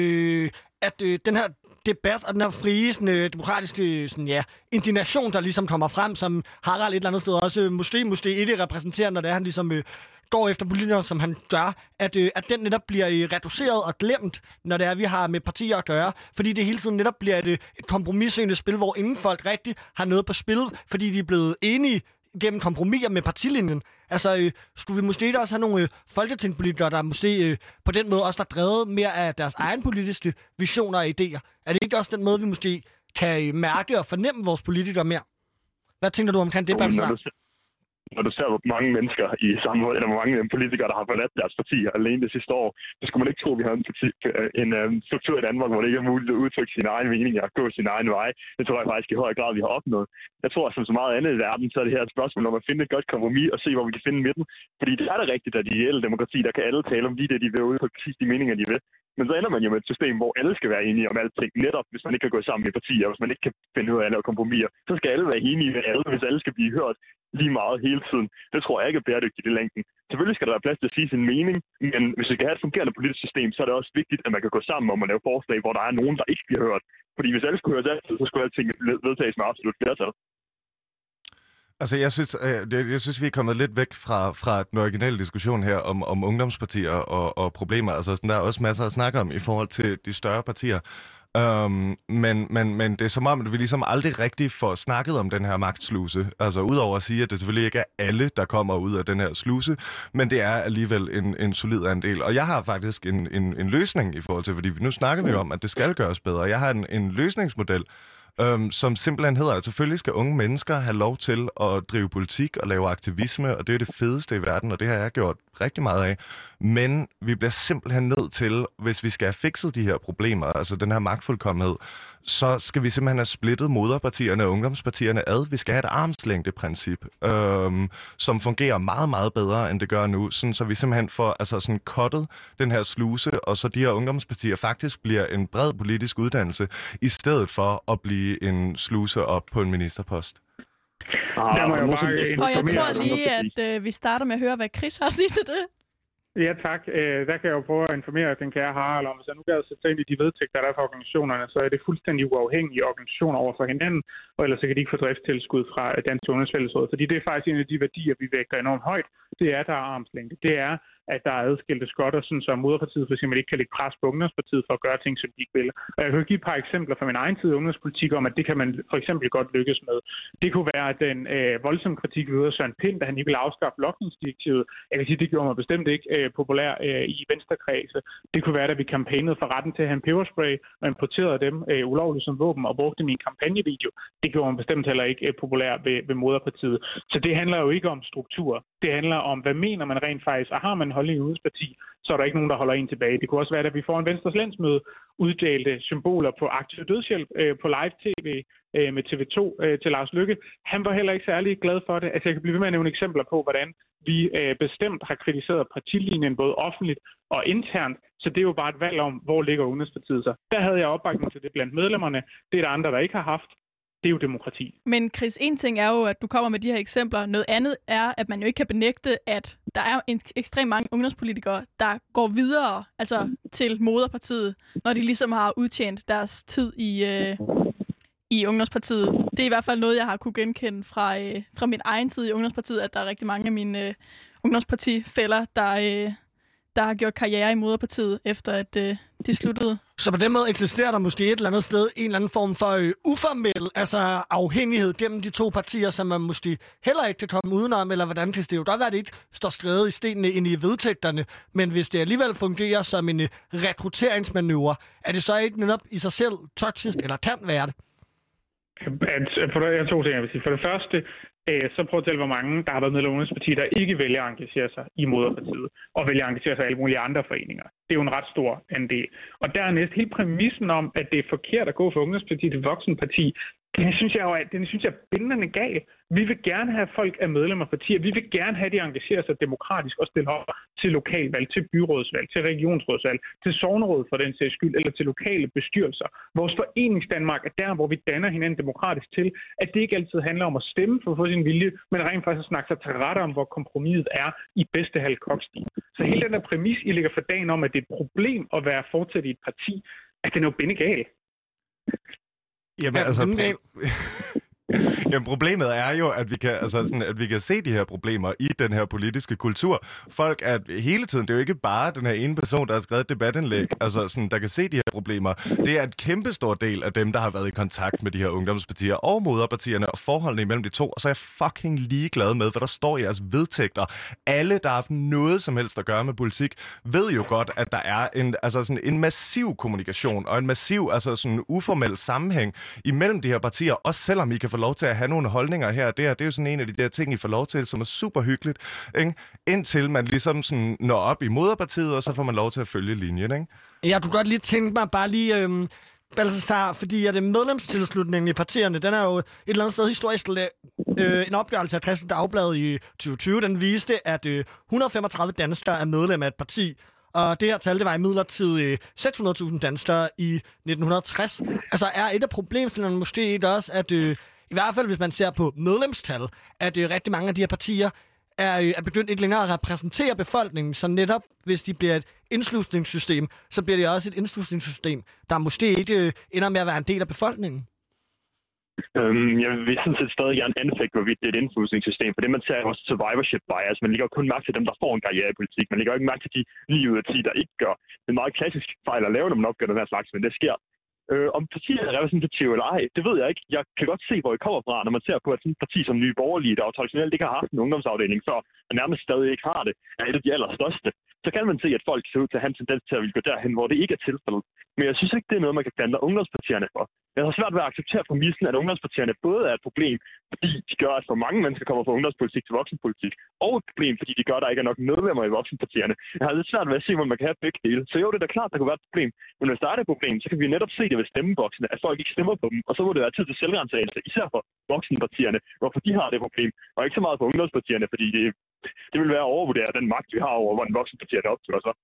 at den her debat og den her frie, demokratiske indignation, der ligesom kommer frem, som Harald et eller andet sted også måske ikke repræsenterer, når det er, han ligesom går efter politikere, som han gør, at den netop bliver reduceret og glemt, når det er, vi har med partier at gøre, fordi det hele tiden netop bliver et kompromissøgende spil, hvor ingen folk rigtig har noget på spil, fordi de er blevet enige gennem kompromiser med partilinjen. Altså, skulle vi måske også have nogle folketingspolitikere, der måske på den måde også har drevet mere af deres egen politiske visioner og idéer? Er det ikke også den måde, vi måske kan mærke og fornemme vores politikere mere. Hvad tænker du omkring det, Balthasar? Når du ser, hvor mange mennesker i samfundet, eller hvor mange politikere, der har forladt deres partier alene det sidste år, så skulle man ikke tro, at vi har en struktur i Danmark, hvor det ikke er muligt at udtrykke sine egne meninger og gå sin egen vej. Det tror jeg faktisk i høj grad, vi har opnået. Jeg tror, at som så meget andet i verden, så er det her et spørgsmål om at finde et godt kompromis og se, hvor vi kan finde midten. Fordi det er da rigtigt, at i ideelle demokrati, der kan alle tale om lige det, de vil udtrykke præcis de meninger, de vil. Men så ender man jo med et system, hvor alle skal være enige om alting. Netop hvis man ikke kan gå sammen i partier, hvis man ikke kan finde ud af at lave kompromiser, så skal alle være enige med alle, hvis alle skal blive hørt lige meget hele tiden. Det tror jeg ikke er bæredygtigt i længden. Selvfølgelig skal der være plads til at sige sin mening, men hvis vi skal have et fungerende politisk system, så er det også vigtigt, at man kan gå sammen om at lave forslag, hvor der er nogen, der ikke bliver hørt. Fordi hvis alle skulle høres altid, så skulle alting vedtages med absolut flertal. Altså, jeg synes, vi er kommet lidt væk fra den originale diskussion her om ungdomspartier og problemer. Altså, der er også masser at snakke om i forhold til de større partier. Men det er som om, at vi ligesom aldrig rigtig får snakket om den her magtsluse. Altså, udover at sige, at det selvfølgelig ikke er alle, der kommer ud af den her sluse, men det er alligevel en solid andel. Og jeg har faktisk en løsning i forhold til, fordi nu snakker vi om, at det skal gøres bedre. Jeg har en løsningsmodel, som simpelthen hedder, at selvfølgelig skal unge mennesker have lov til at drive politik og lave aktivisme, og det er det fedeste i verden, og det har jeg gjort rigtig meget af. Men vi bliver simpelthen nødt til, hvis vi skal have fikset de her problemer, altså den her magtfuldkommenhed, så skal vi simpelthen have splittet moderpartierne og ungdomspartierne ad. Vi skal have et armslængdeprincip, som fungerer meget, meget bedre, end det gør nu, sådan, så vi simpelthen får sådan cuttet den her sluse, og så de her ungdomspartier faktisk bliver en bred politisk uddannelse, i stedet for at blive en sluse op på en ministerpost. Og jeg tror lige, at vi starter med at høre, hvad Chris har at sige til det. Ja, tak. Der kan jeg jo prøve at informere den kære Harald om, hvis jeg nu gad sætte ind i de vedtægter, der er for organisationerne, så er det fuldstændig uafhængige organisationer over for hinanden, og ellers så kan de ikke få driftstilskud fra Dansk Ungdomsfællesråd, fordi det er faktisk en af de værdier, vi vægter enormt højt. Det er, der er armslængde. Det er, at der er adskilte skotter, sådan så moderpartiet for eksempel ikke kan lægge pres på ungdomspartiet for at gøre ting, som de ikke vil. Og jeg kan give et par eksempler fra min egen tid i ungdomspolitik om, at det kan man for eksempel godt lykkes med. Det kunne være den voldsomme kritik ved af Søren Pind, da han ikke ville afskaffe logningsdirektivet. Jeg kan sige, det gjorde mig bestemt ikke populær i venstrekredse. Det kunne være, da vi kampagnede for retten til at have en peberspray og importerede dem ulovligt som våben og brugte dem i en kampagnevideo. Det gjorde man bestemt heller ikke populær ved moderpartiet. Så det handler jo ikke om struktur. Det handler om, hvad mener man rent faktisk, og har man en holdning i udsparitet, så er der ikke nogen, der holder en tilbage. Det kunne også være, at vi får en Venstres landsmøde uddelte symboler på aktiv dødshjælp på live-tv med TV2 til Lars Løkke. Han var heller ikke særlig glad for det. Altså, jeg kan blive ved med at nævne eksempler på, hvordan vi bestemt har kritiseret partilinjen både offentligt og internt. Så det er jo bare et valg om, hvor ligger ungdomspartiet sig. Der havde jeg opbakning til det blandt medlemmerne. Det er der andre, der ikke har haft. Det er jo demokrati. Men Chris, en ting er jo, at du kommer med de her eksempler. Noget andet er, at man jo ikke kan benægte, at der er ekstremt mange ungdomspolitikere, der går videre til moderpartiet, når de ligesom har udtjent deres tid i ungdomspartiet. Det er i hvert fald noget, jeg har kunne genkende fra min egen tid i ungdomspartiet, at der er rigtig mange af mine ungdomspartifæller, der har gjort karriere i moderpartiet, efter at de sluttede. Så på den måde eksisterer der måske et eller andet sted en eller anden form for uformel afhængighed gennem de to partier, som man måske heller ikke kan komme udenom, eller hvordan kan det jo godt være, at det ikke står skrevet i stenene ind i vedtægterne, men hvis det alligevel fungerer som en rekrutteringsmanøvre, er det så ikke netop i sig selv toksisk, eller kan være det? Jeg to ting, jeg vil sige. For det første, så prøv at tælle, hvor mange, der har været medlem af ungdomspartiet, der ikke vælger at engagere sig i moderpartiet, og vælger at engagere sig i alle mulige andre foreninger. Det er jo en ret stor andel. Og dernæst, hele præmissen om, at det er forkert at gå fra ungdomspartiet til voksenparti, den synes jeg er bindende gal. Vi vil gerne have folk af medlemmer af partier. Vi vil gerne have, at de engagerer sig demokratisk og stiller op til lokalvalg, til byrådsvalg, til regionsrådsvalg, til sogneråd for den sags skyld, eller til lokale bestyrelser. Vores foreningsdanmark er der, hvor vi danner hinanden demokratisk til, at det ikke altid handler om at stemme for at få sin vilje, men rent faktisk at snakke sig til rette om, hvor kompromiset er i bedste halv kokstil. Så hele den der præmis, I ligger for dagen om, at det er et problem at være fortsat i et parti, at det er noget bindegal. Jamen, Jamen, problemet er jo, at vi kan se de her problemer i den her politiske kultur. Folk er hele tiden, det er jo ikke bare den her ene person, der har skrevet et debatindlæg, der kan se de her problemer. Det er et kæmpestor del af dem, der har været i kontakt med de her ungdomspartier og moderpartierne og forholdene imellem de to. Og så er jeg fucking ligeglad med, hvad der står i jeres vedtægter. Alle, der har haft noget som helst at gøre med politik, ved jo godt, at der er en massiv kommunikation og en massiv, uformel sammenhæng imellem de her partier, også selvom I kan få lov til at have nogle holdninger her og der. Det er jo sådan en af de der ting, I får lov til, som er super hyggeligt, ikke? Indtil man ligesom sådan når op i moderpartiet, og så får man lov til at følge linjen, ikke? Jeg kunne godt lige tænke mig bare lige... Balthasar, fordi at medlemstilslutningen i partierne, den er jo et eller andet sted historisk. En opgørelse af Kristeligt Dagblad i 2020, den viste, at 135 danskere er medlem af et parti. Og det her tal, det var imidlertid 600.000 danskere i 1960. Altså er et af problemstillingerne måske ikke også, at i hvert fald hvis man ser på medlemstal, at rigtig mange af de her partier er begyndt ikke længere at repræsentere befolkningen, så netop hvis de bliver et indslusningssystem, så bliver det også et indslusningssystem, der måske ikke ender med at være en del af befolkningen. Jeg vil sådan set stadig gerne anfægte, hvorvidt det er et indslusningssystem, for det man ser er også survivorship bias. Man lægger kun mærke til dem, der får en karriere i politik. Man lægger ikke mærke til de 9 ud af 10, der ikke gør. Det er en meget klassisk fejl at lave, når man opgør den her slags, men det sker. Om partiet er repræsentative eller ej, det ved jeg ikke. Jeg kan godt se, hvor I kommer fra, når man ser på, at sådan et parti som Nye Borgerlige, der jo traditionelt ikke har haft en ungdomsafdeling før, og nærmest stadig ikke har det, er et af de allerstørste. Så kan man se, at folk ser ud til at have en tendens til at ville gå derhen, hvor det ikke er tilfældet. Men jeg synes ikke, det er noget, man kan klandre ungdomspartierne for. Jeg har svært ved at acceptere præmissen, at ungdomspartierne både er et problem, fordi de gør, at for mange mennesker kommer fra ungdomspolitik til voksenpolitik, og et problem, fordi de gør, at der ikke er nok medlemmer i voksenpartierne. Jeg har lidt svært ved at se, hvor man kan have begge dele. Så jo, det er da klart, der kunne være et problem. Men hvis der er et problem, så kan vi netop se det ved stemmeboksene, at folk ikke stemmer på dem. Og så må det være tid til selvrensagelse, især for voksenpartierne, hvorfor de har det problem. Og ikke så meget for ungdomspartierne, fordi det vil være at overvurdere den magt, vi har over, hvordan voksenpartierne opfører sig.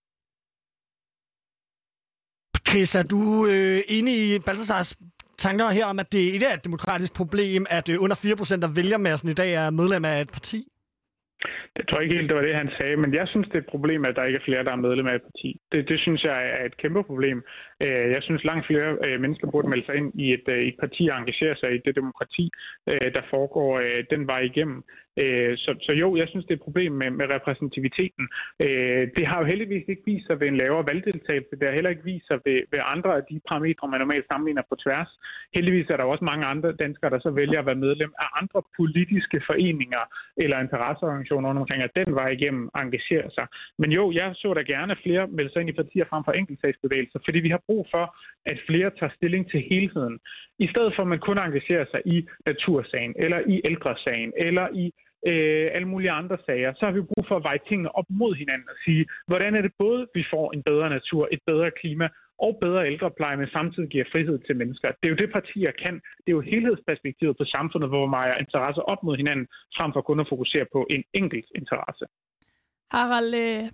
Chris, er du enig i Balthasars tanker her om, at det ikke er et demokratisk problem, at under 4% af vælgermassen i dag er medlem af et parti? Jeg tror ikke helt, det var det, han sagde, men jeg synes, det er et problem, at der ikke er flere, der er medlem af et parti. Det synes jeg er et kæmpe problem. Jeg synes, langt flere mennesker burde melde sig ind i et parti og engagere sig i det demokrati, der foregår den vej igennem. Så jo, jeg synes, det er et problem med repræsentativiteten. Det har jo heldigvis ikke vist sig ved en lavere valgdeltagelse. Det har heller ikke vist sig ved andre af de parametre, man normalt sammenligner på tværs. Heldigvis er der også mange andre danskere, der så vælger at være medlem af andre politiske foreninger eller interesseorganisationer omkring, at den vej igennem engagerer sig. Men jo, jeg så da gerne, at flere melder sig ind i partier frem for enkeltsagsbevægelser, fordi vi har brug for, at flere tager stilling til helheden. I stedet for, at man kun engagerer sig i natursagen, eller i ældresagen, eller i alle mulige andre sager, så har vi brug for at veje tingene op mod hinanden og sige, hvordan er det både, vi får en bedre natur, et bedre klima og bedre ældrepleje, men samtidig giver frihed til mennesker. Det er jo det, partier kan. Det er jo helhedsperspektivet på samfundet, hvor man har interesser op mod hinanden, frem for kun at fokusere på en enkelt interesse. Harald,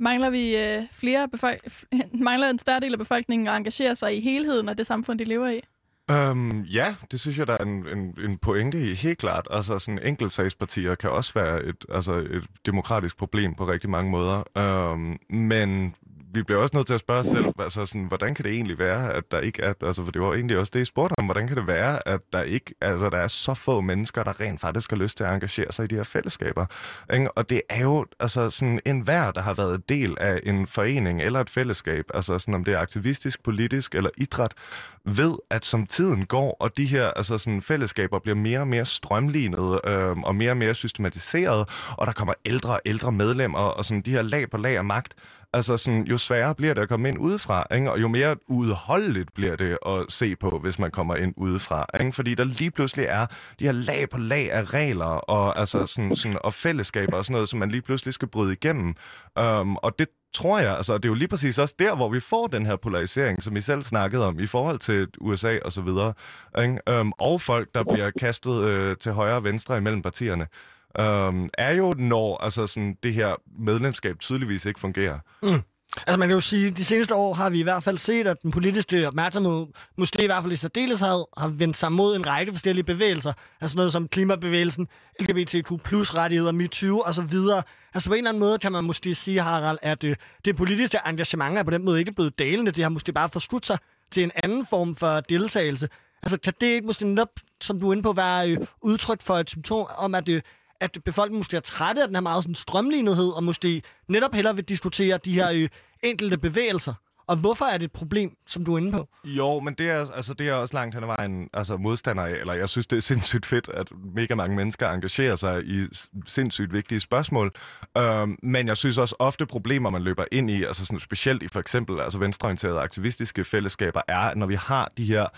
mangler en større del af befolkningen at engagere sig i helheden af det samfund, de lever i? Ja, det synes jeg, der er en pointe i, helt klart. Altså, sådan enkeltsagspartier kan også være et demokratisk problem på rigtig mange måder. Men vi bliver også nødt til at spørge os selv, hvordan kan det egentlig være, at der ikke er... Altså, for det var egentlig også det, I spurgte om. Hvordan kan det være, at der er så få mennesker, der rent faktisk har lyst til at engagere sig i de her fællesskaber? Ikke? Og det er jo enhver, der har været del af en forening eller et fællesskab, om det er aktivistisk, politisk eller idræt, ved, at som tiden går, og de her fællesskaber bliver mere og mere strømlinet og mere systematiseret, og der kommer ældre medlemmer og de her lag på lag af magt. Jo sværere bliver det at komme ind udefra, ikke? Og jo mere udholdeligt bliver det at se på, hvis man kommer ind udefra. Ikke? Fordi der lige pludselig er de her lag på lag af regler og, og fællesskaber og sådan noget, som man lige pludselig skal bryde igennem. Og det tror jeg, det er jo lige præcis også der, hvor vi får den her polarisering, som I selv snakkede om, i forhold til USA og så videre. Ikke? Og folk, der bliver kastet til højre og venstre imellem partierne. Er jo, når det her medlemskab tydeligvis ikke fungerer. Man kan jo sige, at de seneste år har vi i hvert fald set, at den politiske opmærksomhed, måske i hvert fald i særdeleshed, har vendt sig mod en række forskellige bevægelser. Noget som klimabevægelsen, LGBTQ+-rettigheder, MeToo og så videre. På en eller anden måde kan man måske sige, Harald, at det politiske engagement er på den måde ikke blevet dalende. Det har måske bare forskudt sig til en anden form for deltagelse. Altså, kan det ikke måske netop, som du er inde på, være udtryk for et symptom om, at befolkningen måske er trætte af den her meget sådan strømlignethed, og måske netop hellere vil diskutere de her enkelte bevægelser? Og hvorfor er det et problem, som du er inde på? Jo, men det er også langt hen ad vejen modstander af, eller jeg synes, det er sindssygt fedt, at mega mange mennesker engagerer sig i sindssygt vigtige spørgsmål. Men jeg synes også ofte problemer, man løber ind i, altså sådan specielt i for eksempel venstreorienterede aktivistiske fællesskaber, er, når vi har de her,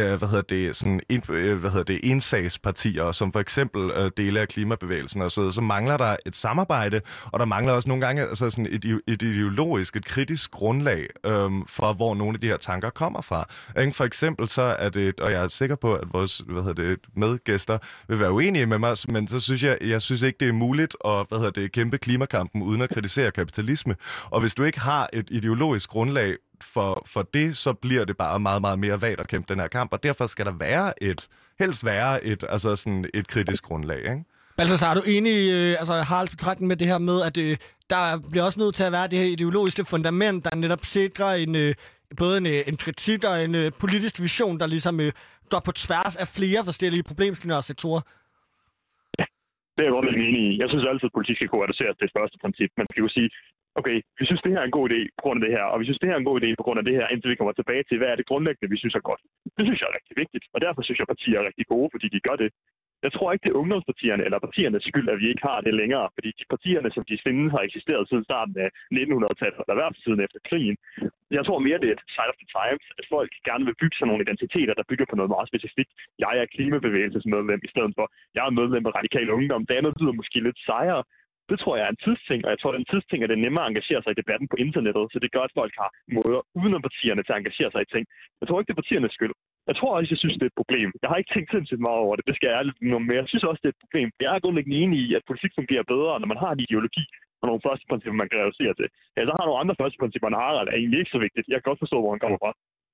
ensagspartier, som for eksempel dele af klimabevægelsen og så mangler der et samarbejde, og der mangler også nogle gange sådan et ideologisk, et kritisk grundlag, for hvor nogle af de her tanker kommer fra. For eksempel så er det, og jeg er sikker på, at vores medgæster vil være uenige med mig, men så synes jeg synes ikke, det er muligt at kæmpe klimakampen uden at kritisere kapitalisme. Og hvis du ikke har et ideologisk grundlag for det, så bliver det bare meget, meget mere vagt at kæmpe den her kamp, og derfor skal der helst være et kritisk grundlag, ikke? Altså, er du enig i Haralds betragtning med det her med, at der bliver også nødt til at være det her ideologiske fundament, der netop sikrer både en kritik og en politisk vision, der ligesom går på tværs af flere forskellige problemstillinger og sektorer? Ja, det er jeg godt enig i. Jeg synes altid, at politik skal kunne adresseres til det første princip. Man skal jo sige, okay, vi synes, det her er en god idé på grund af det her, og vi synes, det her er en god idé på grund af det her, indtil vi kommer tilbage til, hvad er det grundlæggende, vi synes er godt. Det synes jeg er rigtig vigtigt, og derfor synes jeg, at partier er rigtig gode, fordi de gør det. Jeg tror ikke, det er ungdomspartierne eller partiernes skyld, at vi ikke har det længere, fordi de partierne, som de findes, har eksisteret siden starten af 1900-tallet, eller i hvert fald siden efter krigen. Jeg tror mere, det er et sign of the times, at folk gerne vil bygge sig nogle identiteter, der bygger på noget meget specifikt. Jeg er klimabevægelsesmedlem i stedet for, jeg er medlem af Radikal Ungdom. Det andet lyder måske lidt sejere. Det tror jeg er en tidsting, og jeg tror, at en tidsting er det nemmere at engagere sig i debatten på internettet, så det gør, at folk har måder uden om partierne til at engagere sig i ting. Jeg tror ikke, det er partiernes skyld. Jeg tror også, jeg synes, det er et problem. Jeg har ikke tænkt sindssygt meget over det. Det skal jeg ærligt noget mere. Jeg synes også, det er et problem. Jeg er grundlæggende enig i, at politik fungerer bedre, når man har en ideologi og nogle første principper, man kan realisere til. Ja, så har nogle andre første principper, man har, er egentlig ikke så vigtigt. Jeg kan godt forstå, hvor han kommer fra.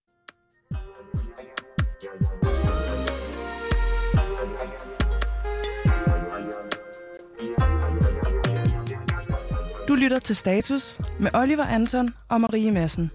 Du lytter til Status med Oliver Anton og Marie Madsen.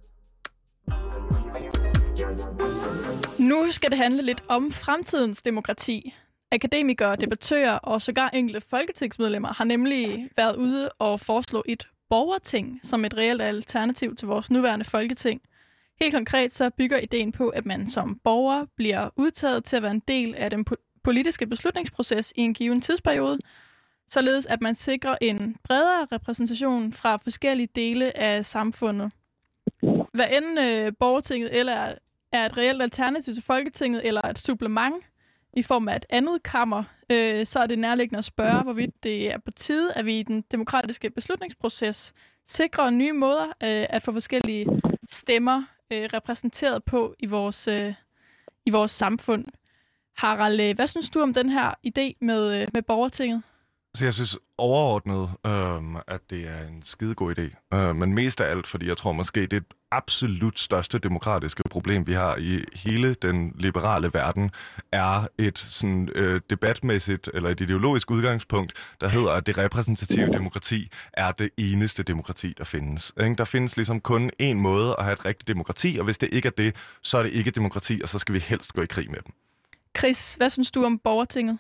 Nu skal det handle lidt om fremtidens demokrati. Akademikere, debattører og sågar enkelte folketingsmedlemmer har nemlig været ude og foreslå et borgerting som et reelt alternativ til vores nuværende folketing. Helt konkret så bygger ideen på, at man som borger bliver udtaget til at være en del af den politiske beslutningsproces i en given tidsperiode, således at man sikrer en bredere repræsentation fra forskellige dele af samfundet. Hvad end borgertinget eller er et reelt alternativ til Folketinget eller et supplement i form af et andet kammer, så er det nærliggende at spørge, hvorvidt det er på tide, at vi i den demokratiske beslutningsproces sikrer nye måder at få forskellige stemmer repræsenteret på i vores samfund. Harald, hvad synes du om den her idé med borgertinget? Så jeg synes overordnet, at det er en skidegod idé. Men mest af alt, fordi jeg tror måske, det absolut største demokratiske problem, vi har i hele den liberale verden, er et sådan debatmæssigt eller et ideologisk udgangspunkt, der hedder, at det repræsentative demokrati er det eneste demokrati, der findes. Der findes ligesom kun én måde at have et rigtigt demokrati, og hvis det ikke er det, så er det ikke demokrati, og så skal vi helst gå i krig med dem. Chris, hvad synes du om borgertinget?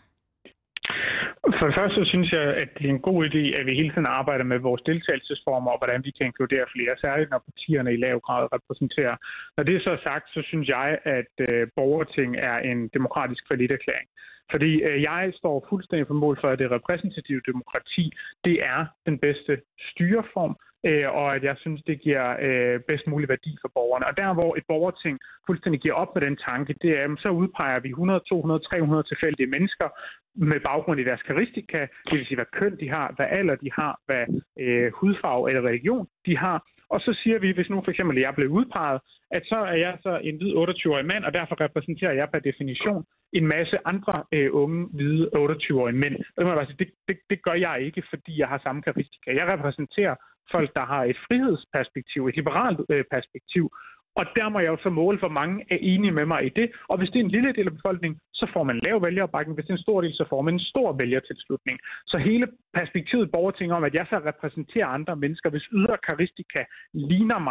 For det første så synes jeg, at det er en god idé, at vi hele tiden arbejder med vores deltagelsesformer og hvordan vi kan inkludere flere, særligt når partierne i lav grad repræsenterer. Når det er så sagt, så synes jeg, at borgerting er en demokratisk falliterklæring. Fordi jeg står fuldstændig på mål for, at det repræsentative demokrati, det er den bedste styreform, og at jeg synes, det giver bedst mulig værdi for borgerne. Og der, hvor et borgerting fuldstændig giver op med den tanke, det er, så udpeger vi 100, 200, 300 tilfældige mennesker med baggrund i deres karakteristika, det vil sige, hvad køn de har, hvad alder de har, hvad hudfarve eller religion de har. Og så siger vi, hvis nu for eksempel jeg blev udpeget, at så er jeg så en hvid 28-årig mand, og derfor repræsenterer jeg per definition en masse andre unge, hvide 28-årige mænd. Det gør jeg ikke, fordi jeg har samme karakteristika. Jeg repræsenterer folk, der har et frihedsperspektiv, et liberalt perspektiv, og der må jeg jo så måle, hvor mange er enige med mig i det. Og hvis det er en lille del af befolkningen, så får man lav vælgeropbakning. Hvis det er en stor del, så får man en stor vælgertilslutning. Så hele perspektivet borgerting om, at jeg så repræsenterer andre mennesker, hvis ydre karakteristika ligner mig,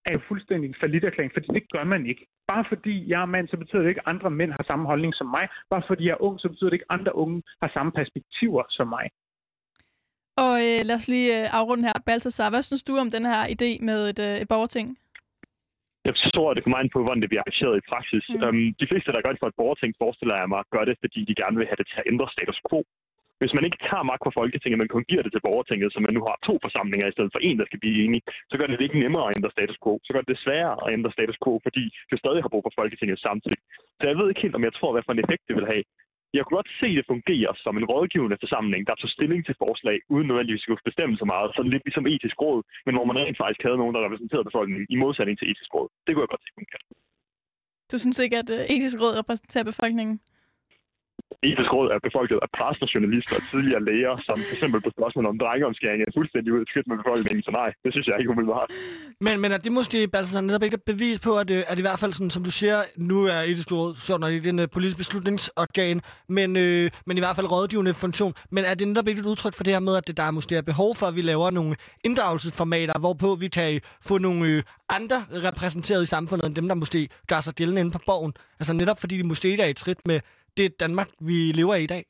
er jo fuldstændig en falliterklæring, fordi det gør man ikke. Bare fordi jeg er mand, så betyder det ikke, at andre mænd har samme holdning som mig. Bare fordi jeg er ung, så betyder det ikke, at andre unge har samme perspektiver som mig. Og lad os lige afrunde her. Balthasar, hvad synes du om den her idé med et borgerting? Jeg tror, at det kommer an på, hvordan det bliver arrangeret i praksis. De fleste, der gør det for et borgerting, forestiller jeg mig, gør det, fordi de gerne vil have det til at ændre status quo. Hvis man ikke tager magt fra Folketinget, men kun giver det til borgertinget, så man nu har 2 forsamlinger i stedet for 1, der skal blive enige, så gør det ikke nemmere at ændre status quo. Så gør det sværere at ændre status quo, fordi du stadig har brug for Folketinget samtidig. Så jeg ved ikke helt, om jeg tror, hvad for en effekt det vil have. Jeg kunne godt se, at det fungerer som en rådgivende forsamling, der tog stilling til forslag, uden nødvendigvis skulle bestemme så meget, sådan lidt ligesom etisk råd, men hvor man rent faktisk havde nogen, der repræsenterede befolkningen i modsætning til etisk råd. Det kunne jeg godt se fungerer. Du synes ikke, at etisk råd repræsenterer befolkningen? Etisk råd er befolket af præster, journalister og tidligere læger, som f.eks. på spørgsmål om drengeomskæring er fuldstændig ud af skridt med befolkningen, så nej, det synes jeg ikke umiddelbart. Men er det måske, Balthasar, netop ikke et bevis på, at i hvert fald, sådan, som du siger, nu er etisk råd sjovt, når det er en politisk beslutningsorgan, men i hvert fald rådgivende funktion. Men er det netop ikke et udtryk for det her med, at der er måske behov for, at vi laver nogle inddragelsesformater, hvorpå vi kan få nogle andre repræsenteret i samfundet, end dem, der måske gør sig gældende inde på borgen? Altså netop fordi de måske ikke er i trit med det Danmark, vi lever i dag?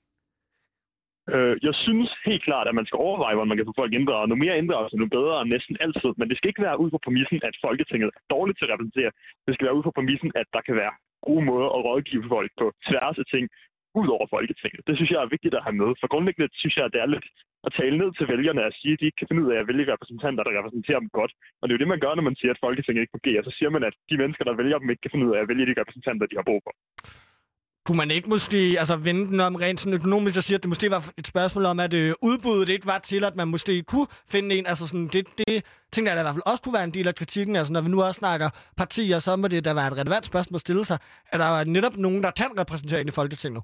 Jeg synes helt klart, at man skal overveje, hvordan man kan få folk inddraget. Nu mere inddragelse, nu bedre end næsten altid. Men det skal ikke være ud på præmissen, at Folketinget er dårligt til at repræsentere. Det skal være ud på præmissen, at der kan være gode måder at rådgive folk på tværs af ting ud over Folketinget. Det synes jeg er vigtigt at have med. For grundlæggende synes jeg, at det er lidt at tale ned til vælgerne og sige, at de ikke kan finde ud af at vælge repræsentanter, der repræsenterer dem godt. Og det er jo det, man gør, når man siger, at Folketinget ikke fungerer. Så siger man, at de mennesker, der vælger dem, ikke kan finde ud af at vælge de repræsentanter, de har brug for. Kunne man ikke måske vende den om rent sådan økonomisk og sige, at det måske var et spørgsmål om, at udbuddet ikke var til, at man måske kunne finde en, altså sådan, det tænker jeg da i hvert fald også kunne være en del af kritikken, altså når vi nu også snakker partier, så må det da være et relevant spørgsmål at stille sig, at der er netop nogen, der kan repræsentere ind i Folketinget.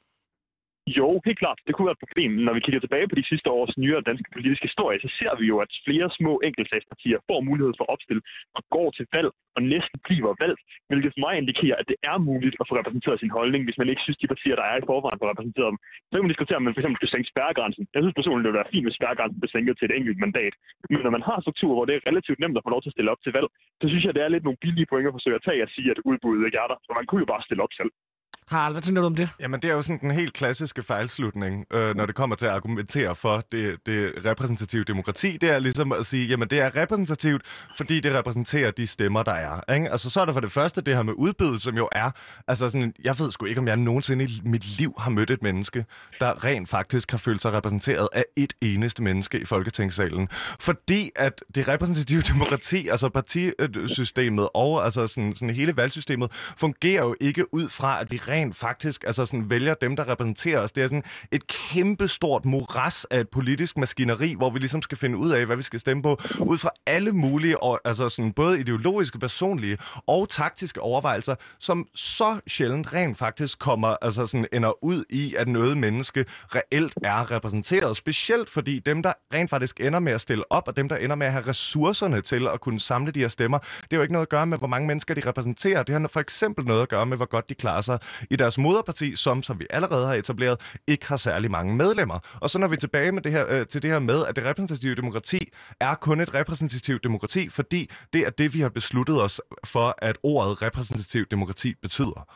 Jo, helt klart. Det kunne være et problem. Når vi kigger tilbage på de sidste års nyere danske politiske historie, så ser vi jo, at flere små enkeltsagspartier får mulighed for at opstille og går til valg og næsten bliver valgt, hvilket for mig indikerer, at det er muligt at få repræsenteret sin holdning, hvis man ikke synes, de partier, der er i forvejen, får repræsenteret dem. Så kan man diskutere, om man for eksempel skal sænke spærregrænsen. Jeg synes personligt, det ville være fint, hvis spærregrænsen blev sænket til et enkelt mandat. Men når man har strukturer, hvor det er relativt nemt at få lov til at stille op til valg, så synes jeg, det er lidt nogle billige point at forsøge at tage og sige, at udbuddet ikke er der. Så man kunne jo bare stille op selv. Harald, hvad tænker du om det? Jamen, det er jo sådan den helt klassiske fejlslutning, når det kommer til at argumentere for det repræsentative demokrati. Det er ligesom at sige, jamen det er repræsentativt, fordi det repræsenterer de stemmer, der er. Ikke? Altså, så er der for det første det her med udbydet, som jo er, altså sådan, jeg ved sgu ikke, om jeg nogensinde i mit liv har mødt et menneske, der rent faktisk har følt sig repræsenteret af et eneste menneske i Folketingssalen. Fordi at det repræsentative demokrati, altså partisystemet og altså sådan hele valgsystemet, fungerer jo ikke ud fra, at vi rent faktisk vælger dem, der repræsenterer os. Det er sådan et kæmpestort moras af et politisk maskineri, hvor vi ligesom skal finde ud af, hvad vi skal stemme på, ud fra alle mulige, både ideologiske, personlige og taktiske overvejelser, som så sjældent rent faktisk ender ud i, at noget menneske reelt er repræsenteret. Specielt fordi dem, der rent faktisk ender med at stille op, og dem, der ender med at have ressourcerne til at kunne samle de her stemmer, det er jo ikke noget at gøre med, hvor mange mennesker de repræsenterer. Det har for eksempel noget at gøre med, hvor godt de klarer sig i deres moderparti, som vi allerede har etableret, ikke har særlig mange medlemmer. Og så når vi tilbage med det her, til det her med, at det repræsentative demokrati er kun et repræsentativt demokrati, fordi det er det, vi har besluttet os for, at ordet repræsentativt demokrati betyder.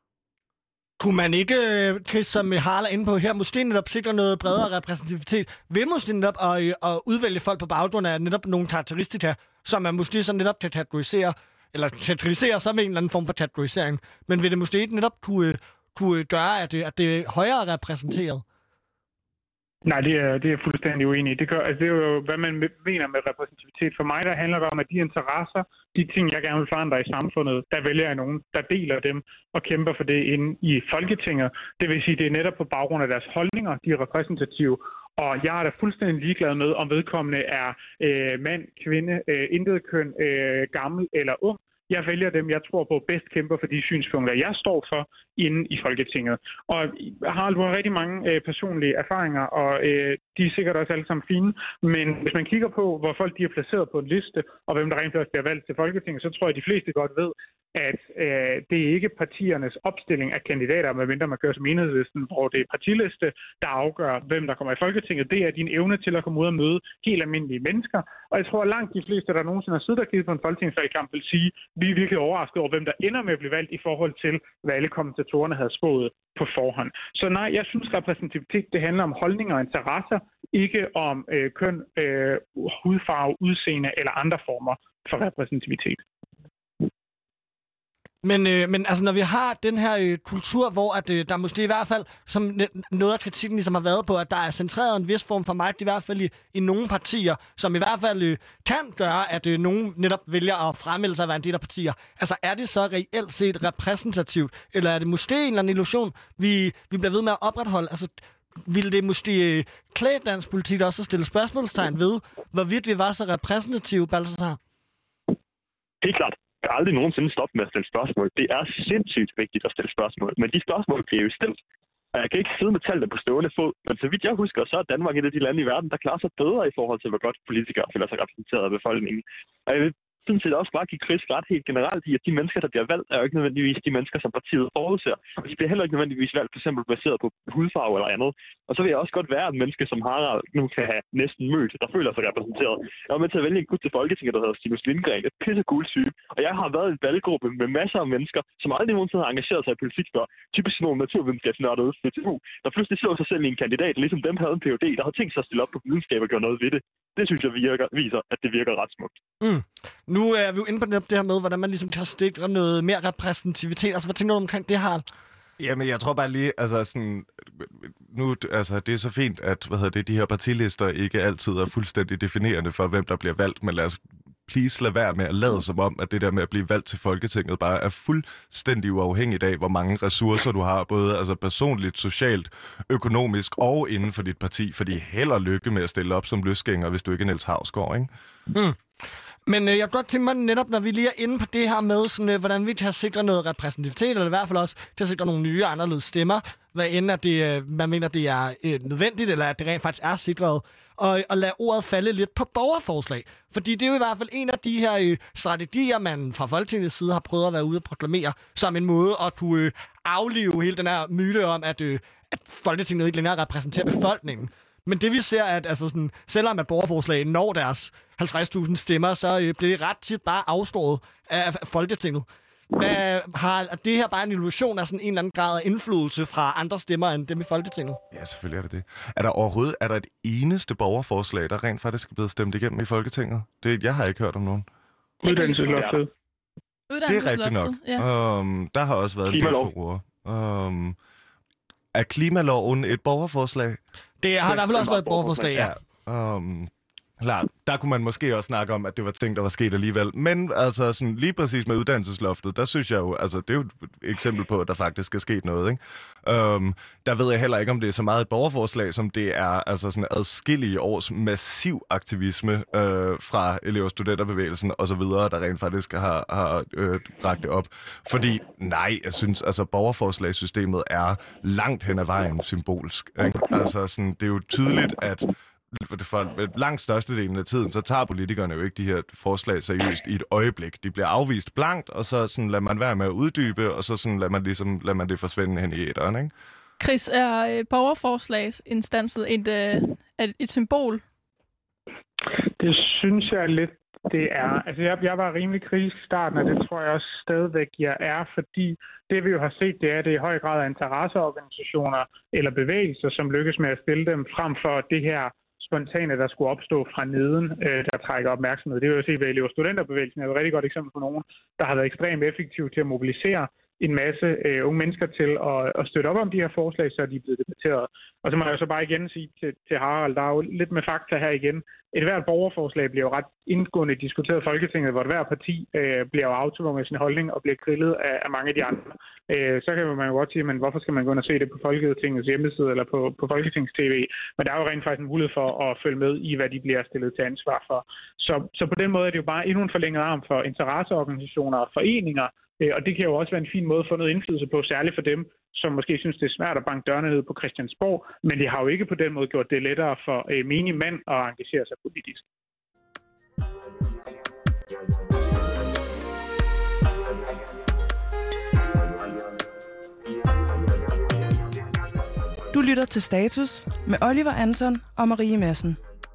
Kunne man ikke, Chris, som Harald er inde på her, måske netop sikre noget bredere repræsentativitet, ved måske netop at udvælge folk på baggrund af netop nogle karakteristika, som man måske så netop kan kategorisere, eller kategorisere som en eller anden form for kategorisering. Men vil det måske ikke netop kunne gøre, at det er højere repræsenteret? Nej, det er jeg fuldstændig uenig i. Det er jo, hvad man mener med repræsentativitet. For mig, der handler det om, at de interesser, de ting, jeg gerne vil forandre i samfundet, der vælger jeg nogen, der deler dem og kæmper for det inde i Folketinget. Det vil sige, det er netop på baggrund af deres holdninger, de er repræsentative. Og jeg er da fuldstændig ligeglad med, om vedkommende er mand, kvinde, intet køn, gammel eller ung. Jeg vælger dem, jeg tror på bedst kæmper for de synspunkter, jeg står for inde i Folketinget. Og Harald, du har rigtig mange personlige erfaringer, og de er sikkert også alle sammen fine. Men hvis man kigger på, hvor folk de er placeret på en liste, og hvem der rent faktisk bliver valgt til Folketinget, så tror jeg, at de fleste godt ved, at det er ikke partiernes opstilling af kandidater, medmindre man kører som Enhedslisten, hvor det er partiliste, der afgør, hvem der kommer i Folketinget. Det er din evne til at komme ud og møde helt almindelige mennesker. Og jeg tror, at langt de fleste, der nogensinde har siddet og kigget på en folketingsvalgkamp, vil sige, at vi er virkelig overrasket over, hvem der ender med at blive valgt i forhold til, hvad alle kommentatorerne havde spået på forhånd. Så nej, jeg synes, repræsentativitet, det handler om holdninger og interesser, ikke om køn, hudfarve, udseende eller andre former for repræsentativitet. Men altså, når vi har den her kultur, hvor at, der måske i hvert fald, som noget af kritikken ligesom har været på, at der er centreret en vis form for magt, i hvert fald i nogle partier, som i hvert fald kan gøre, at nogen netop vælger at fremmelde sig af en del af partier. Altså, er det så reelt set repræsentativt, eller er det måske en eller anden illusion, vi bliver ved med at opretholde? Altså, ville det måske klæde dansk politik også at stille spørgsmålstegn ved, hvorvidt vi var så repræsentative, Balthasar? Helt klart. Jeg har aldrig nogensinde stoppet med at stille spørgsmål. Det er sindssygt vigtigt at stille spørgsmål. Men de spørgsmål bliver jo stillet. Og jeg kan ikke sidde med tallene på stående fod. Men så vidt jeg husker, så er Danmark et af de lande i verden, der klarer sig bedre i forhold til, hvor godt politikere føler sig repræsenteret af befolkningen. Og jeg vil sådan set også bare give Chris ret helt generelt i, at de mennesker, der bliver valgt, er jo ikke nødvendigvis de mennesker, som partiet forudser. Og de bliver heller ikke nødvendigvis valgt, for eksempel baseret på hudfarve eller andet. Og så vil jeg også godt være et menneske, som Harald nu kan have næsten mødt, der føler sig repræsenteret. Jeg var med til at vælge en gut til Folketinget, der hedder Stinus Lindgren, et pissegul syge. Og jeg har været i en valggruppe med masser af mennesker, som aldrig nogensinde har engageret sig i politik før. Typisk nogle naturvidenskabsnørder ude fra DTU, der pludselig så sig selv i en kandidat, ligesom dem havde en PhD, der har tænkt sig at stille op på videnskab og gøre noget ved det. Det synes jeg viser, at det virker ret smukt. Nu er vi jo inde på det her med, hvordan man ligesom kan sikre noget mere repræsentativitet. Altså, hvad tænker du omkring det, Harald? Jamen, jeg tror bare lige, altså sådan, nu, altså, det er så fint, at, de her partilister ikke altid er fuldstændig definerende for, hvem der bliver valgt, men lad os please lade være med at lade som om, at det der med at blive valgt til Folketinget bare er fuldstændig uafhængigt af, hvor mange ressourcer du har, både altså personligt, socialt, økonomisk og inden for dit parti, fordi held og lykke med at stille op som løsgænger, hvis du ikke er Niels Hausgaard, ikke? Men jeg kan godt tænke mig netop, når vi lige er inde på det her med, sådan, hvordan vi kan sikre noget repræsentativitet, eller i hvert fald også til at sikre nogle nye anderledes stemmer, hvad end at man mener, det er nødvendigt, eller at det rent faktisk er sikret, og lade ordet falde lidt på borgerforslag. Fordi det er jo i hvert fald en af de her strategier, man fra Folketingets side har prøvet at være ude og proklamere, som en måde at kunne aflive hele den her myte om, at Folketinget ikke længere repræsenterer befolkningen. Men det vi ser, at altså sådan, selvom at borgerforslag når deres 50.000 stemmer, så bliver det ret tit bare afstået af Folketinget. Har det her bare en illusion af sådan en eller anden grad af indflydelse fra andre stemmer end dem i Folketinget? Ja, selvfølgelig er det det. Er der et eneste borgerforslag, der rent faktisk er blevet stemt igennem i Folketinget? Jeg har ikke hørt om nogen. Uddannelsesloftet. Det er rigtigt nok. Ja. Der har også været en del furore. Er klimaloven et borgerforslag? Det har i hvert fald også været et borgerforslag, ja. Klart, der kunne man måske også snakke om, at det var ting, der var sket alligevel. Men altså sådan, lige præcis med uddannelsesloftet, der synes jeg jo, altså det er jo et eksempel på, at der faktisk er sket noget, ikke? Der ved jeg heller ikke, om det er så meget et borgerforslag, som det er altså sådan adskillige års massiv aktivisme fra elev- og studenterbevægelsen og så videre, der rent faktisk har bragt det op. Fordi nej, jeg synes, altså borgerforslagssystemet er langt hen ad vejen symbolsk, ikke? Altså sådan, det er jo tydeligt, at for langt størstedelen af tiden, så tager politikerne jo ikke de her forslag seriøst i et øjeblik. De bliver afvist blankt, og så sådan lader man være med at uddybe, og så sådan lader man det forsvinde hen i æteren, ikke? Chris, er borgerforslagsinstansen et symbol? Det synes jeg lidt, det er. Altså, jeg var rimelig kritisk i starten, og det tror jeg også stadigvæk, jeg er, fordi det vi jo har set, det er, at det i høj grad er interesseorganisationer eller bevægelser, som lykkes med at stille dem frem for det her spontane, der skulle opstå fra neden, der trækker opmærksomhed. Det vil jo se ved elev- og studenterbevægelsen er et rigtig godt eksempel på nogen, der har været ekstremt effektive til at mobilisere en masse unge mennesker til at støtte op om de her forslag, så er de blevet debatteret. Og så må jeg jo så bare igen sige til Harald, der er jo lidt med fakta her igen. Et hvert borgerforslag bliver jo ret indgående diskuteret i Folketinget, hvor hvert parti bliver jo autonomt med sin holdning og bliver grillet af mange af de andre. Så kan man jo godt sige, men hvorfor skal man gå ind og se det på Folketingets hjemmeside eller på Folketingets TV? Men der er jo rent faktisk en mulighed for at følge med i, hvad de bliver stillet til ansvar for. Så på den måde er det jo bare endnu en forlænget arm for interesseorganisationer og foreninger, og det kan jo også være en fin måde at få noget indflydelse på, særligt for dem, som måske synes, det er svært at banke dørene ned på Christiansborg, men det har jo ikke på den måde gjort det lettere for menige mænd at engagere sig politisk. Du lytter til Status med Oliver Anton og Marie Madsen.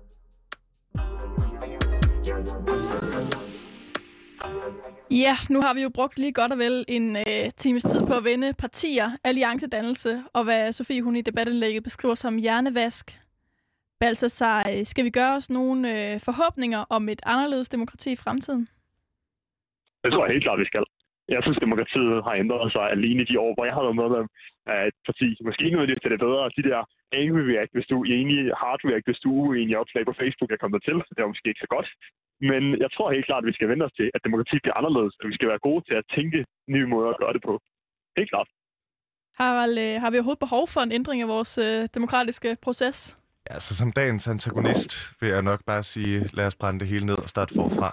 Ja, nu har vi jo brugt lige godt og vel en times tid på at vende partier, alliancedannelse og hvad Sofie hun i debatindlægget beskriver som hjernevask. Balthasar, skal vi gøre os nogle forhåbninger om et anderledes demokrati i fremtiden? Det tror jeg helt klart, vi skal. Jeg synes, demokratiet har ændret sig alene i de år, hvor jeg har været medlem af et parti. Måske noget af det til det bedre. De der angry react, hvis du er enig, hard react, hvis du er uenig, opslag på Facebook er kommet til. Det er måske ikke så godt. Men jeg tror helt klart, at vi skal vende os til, at demokrati bliver anderledes. At vi skal være gode til at tænke nye måder at gøre det på. Helt klart. Har vi overhovedet behov for en ændring af vores demokratiske proces? Ja, så som dagens antagonist vil jeg nok bare sige, lad os brænde det hele ned og starte forfra.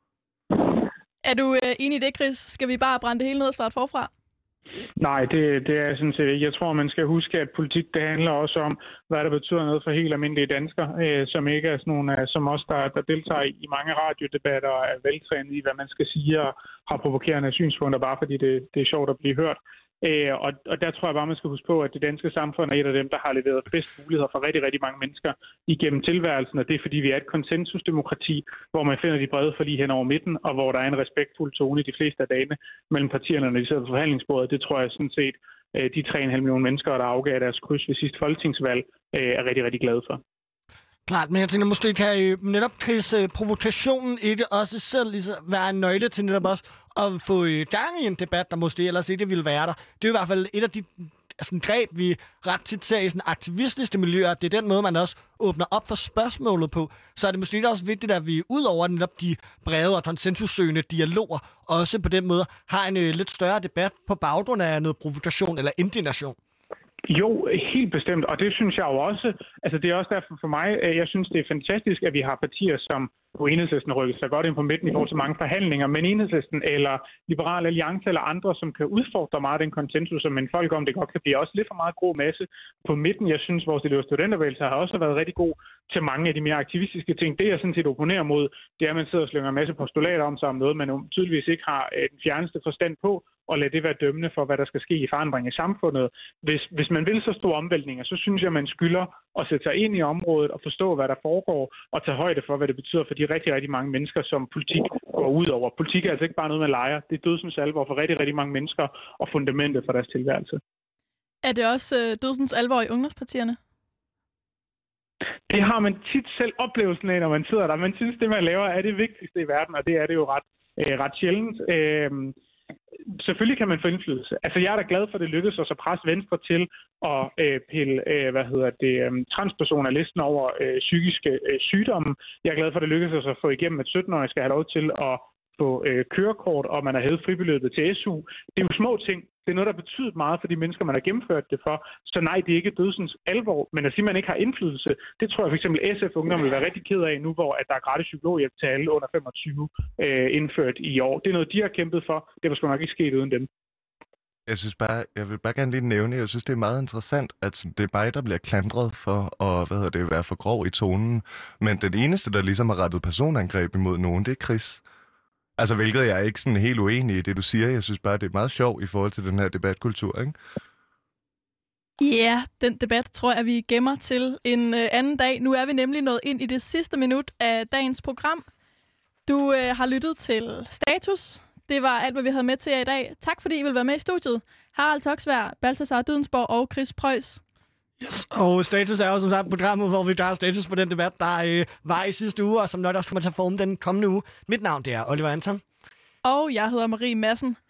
Er du enig i det, Chris? Skal vi bare brænde det hele ned og starte forfra? Nej, det er sådan set ikke. Jeg tror, man skal huske, at politik det handler også om, hvad der betyder noget for helt almindelige danskere, som ikke er sådan nogle som os, der deltager i mange radiodebatter og er veltrænet i, hvad man skal sige og har provokerende synspunkter, bare fordi det er sjovt at blive hørt. Og der tror jeg bare, man skal huske på, at det danske samfund er et af dem, der har leveret bedst muligheder for rigtig, rigtig mange mennesker igennem tilværelsen, og det er fordi, vi er et konsensusdemokrati, hvor man finder de brede forlig hen over midten, og hvor der er en respektfuld tone de fleste af dagene mellem partierne, når de sidder på forhandlingsbordet. Det tror jeg sådan set, de 3,5 millioner mennesker, der afgav deres kryds ved sidste folketingsvalg, er rigtig, rigtig glade for. Klart, men jeg tænker, måske kan netop provokationen i det også selv være en nøgle til netop også at få gang i en debat, der måske ellers ikke ville være der. Det er i hvert fald et af de greb, vi ret tit ser i sådan aktivistiske miljøer, at det er den måde, man også åbner op for spørgsmålet på. Så er det måske også vigtigt, at vi ud over netop de brede og konsensussøgende dialoger, også på den måde har en lidt større debat på baggrund af noget provokation eller indignation. Jo, helt bestemt, og det synes jeg jo også, altså det er også derfor for mig, jeg synes det er fantastisk, at vi har partier som på Enhedslisten rykker sig godt ind på midten i forhold til mange forhandlinger, men Enhedslisten eller Liberal Alliance eller andre, som kan udfordre meget den konsensus, som en folk om det godt kan blive også lidt for meget grå masse på midten. Jeg synes, vores elev- og studenterbevægelse har også været rigtig god til mange af de mere aktivistiske ting. Det jeg sådan set opponerer mod, det er, at man sidder og slynger en masse postulater om sig om noget, man tydeligvis ikke har den fjerneste forstand på, og lade det være dømmende for, hvad der skal ske i forandring i samfundet. Hvis man vil så store omvæltninger, så synes jeg, man skylder at sætte sig ind i området og forstå, hvad der foregår, og tage højde for, hvad det betyder for de rigtig, rigtig mange mennesker, som politik går ud over. Politik er altså ikke bare noget, man leger. Det er dødsens alvor for rigtig, rigtig mange mennesker og fundamentet for deres tilværelse. Er det også dødsens alvor i ungdomspartierne? Det har man tit selv oplevelsen af, når man sidder der. Man synes, det man laver er det vigtigste i verden, og det er det jo ret sjældent. Selvfølgelig kan man få indflydelse. Altså, jeg er da glad for, at det lykkedes os at presse Venstre til at pille transpersoner af listen over psykiske sygdomme. Jeg er glad for, at det lykkedes os at få igennem, at 17-årige skal have lov til at få kørekort, og man har hævet fribeløbet til SU. Det er jo små ting. Det er noget, der betyder meget for de mennesker, man har gennemført det for. Så nej, det er ikke dødsens alvor. Men at sige, at man ikke har indflydelse, det tror jeg for eksempel SF Ungdom vil være rigtig ked af nu, hvor at der er gratis psykologhjælp til alle under 25 indført i år. Det er noget, de har kæmpet for. Det var sgu nok ikke sket uden dem. Jeg vil bare gerne lige nævne, jeg synes, det er meget interessant, at det er mig, der bliver klandret for at være for grov i tonen. Men den eneste, der ligesom har rettet personangreb imod nogen, det er Chris. Altså, hvilket jeg er ikke sådan helt uenig i det, du siger. Jeg synes bare, det er meget sjovt i forhold til den her debatkultur, ikke? Ja, den debat tror jeg, vi gemmer til en anden dag. Nu er vi nemlig nået ind i det sidste minut af dagens program. Du har lyttet til Status. Det var alt, hvad vi havde med til jer i dag. Tak, fordi I vil være med i studiet. Harald Toksvær, Balthasar Dydensborg og Chris Preuss. Yes. Og Status er jo som sagt programmet, hvor vi gør status på den debat, der var i sidste uge, og som nok også kommer til at forme den kommende uge. Mit navn det er Oliver Anton. Og jeg hedder Marie Madsen.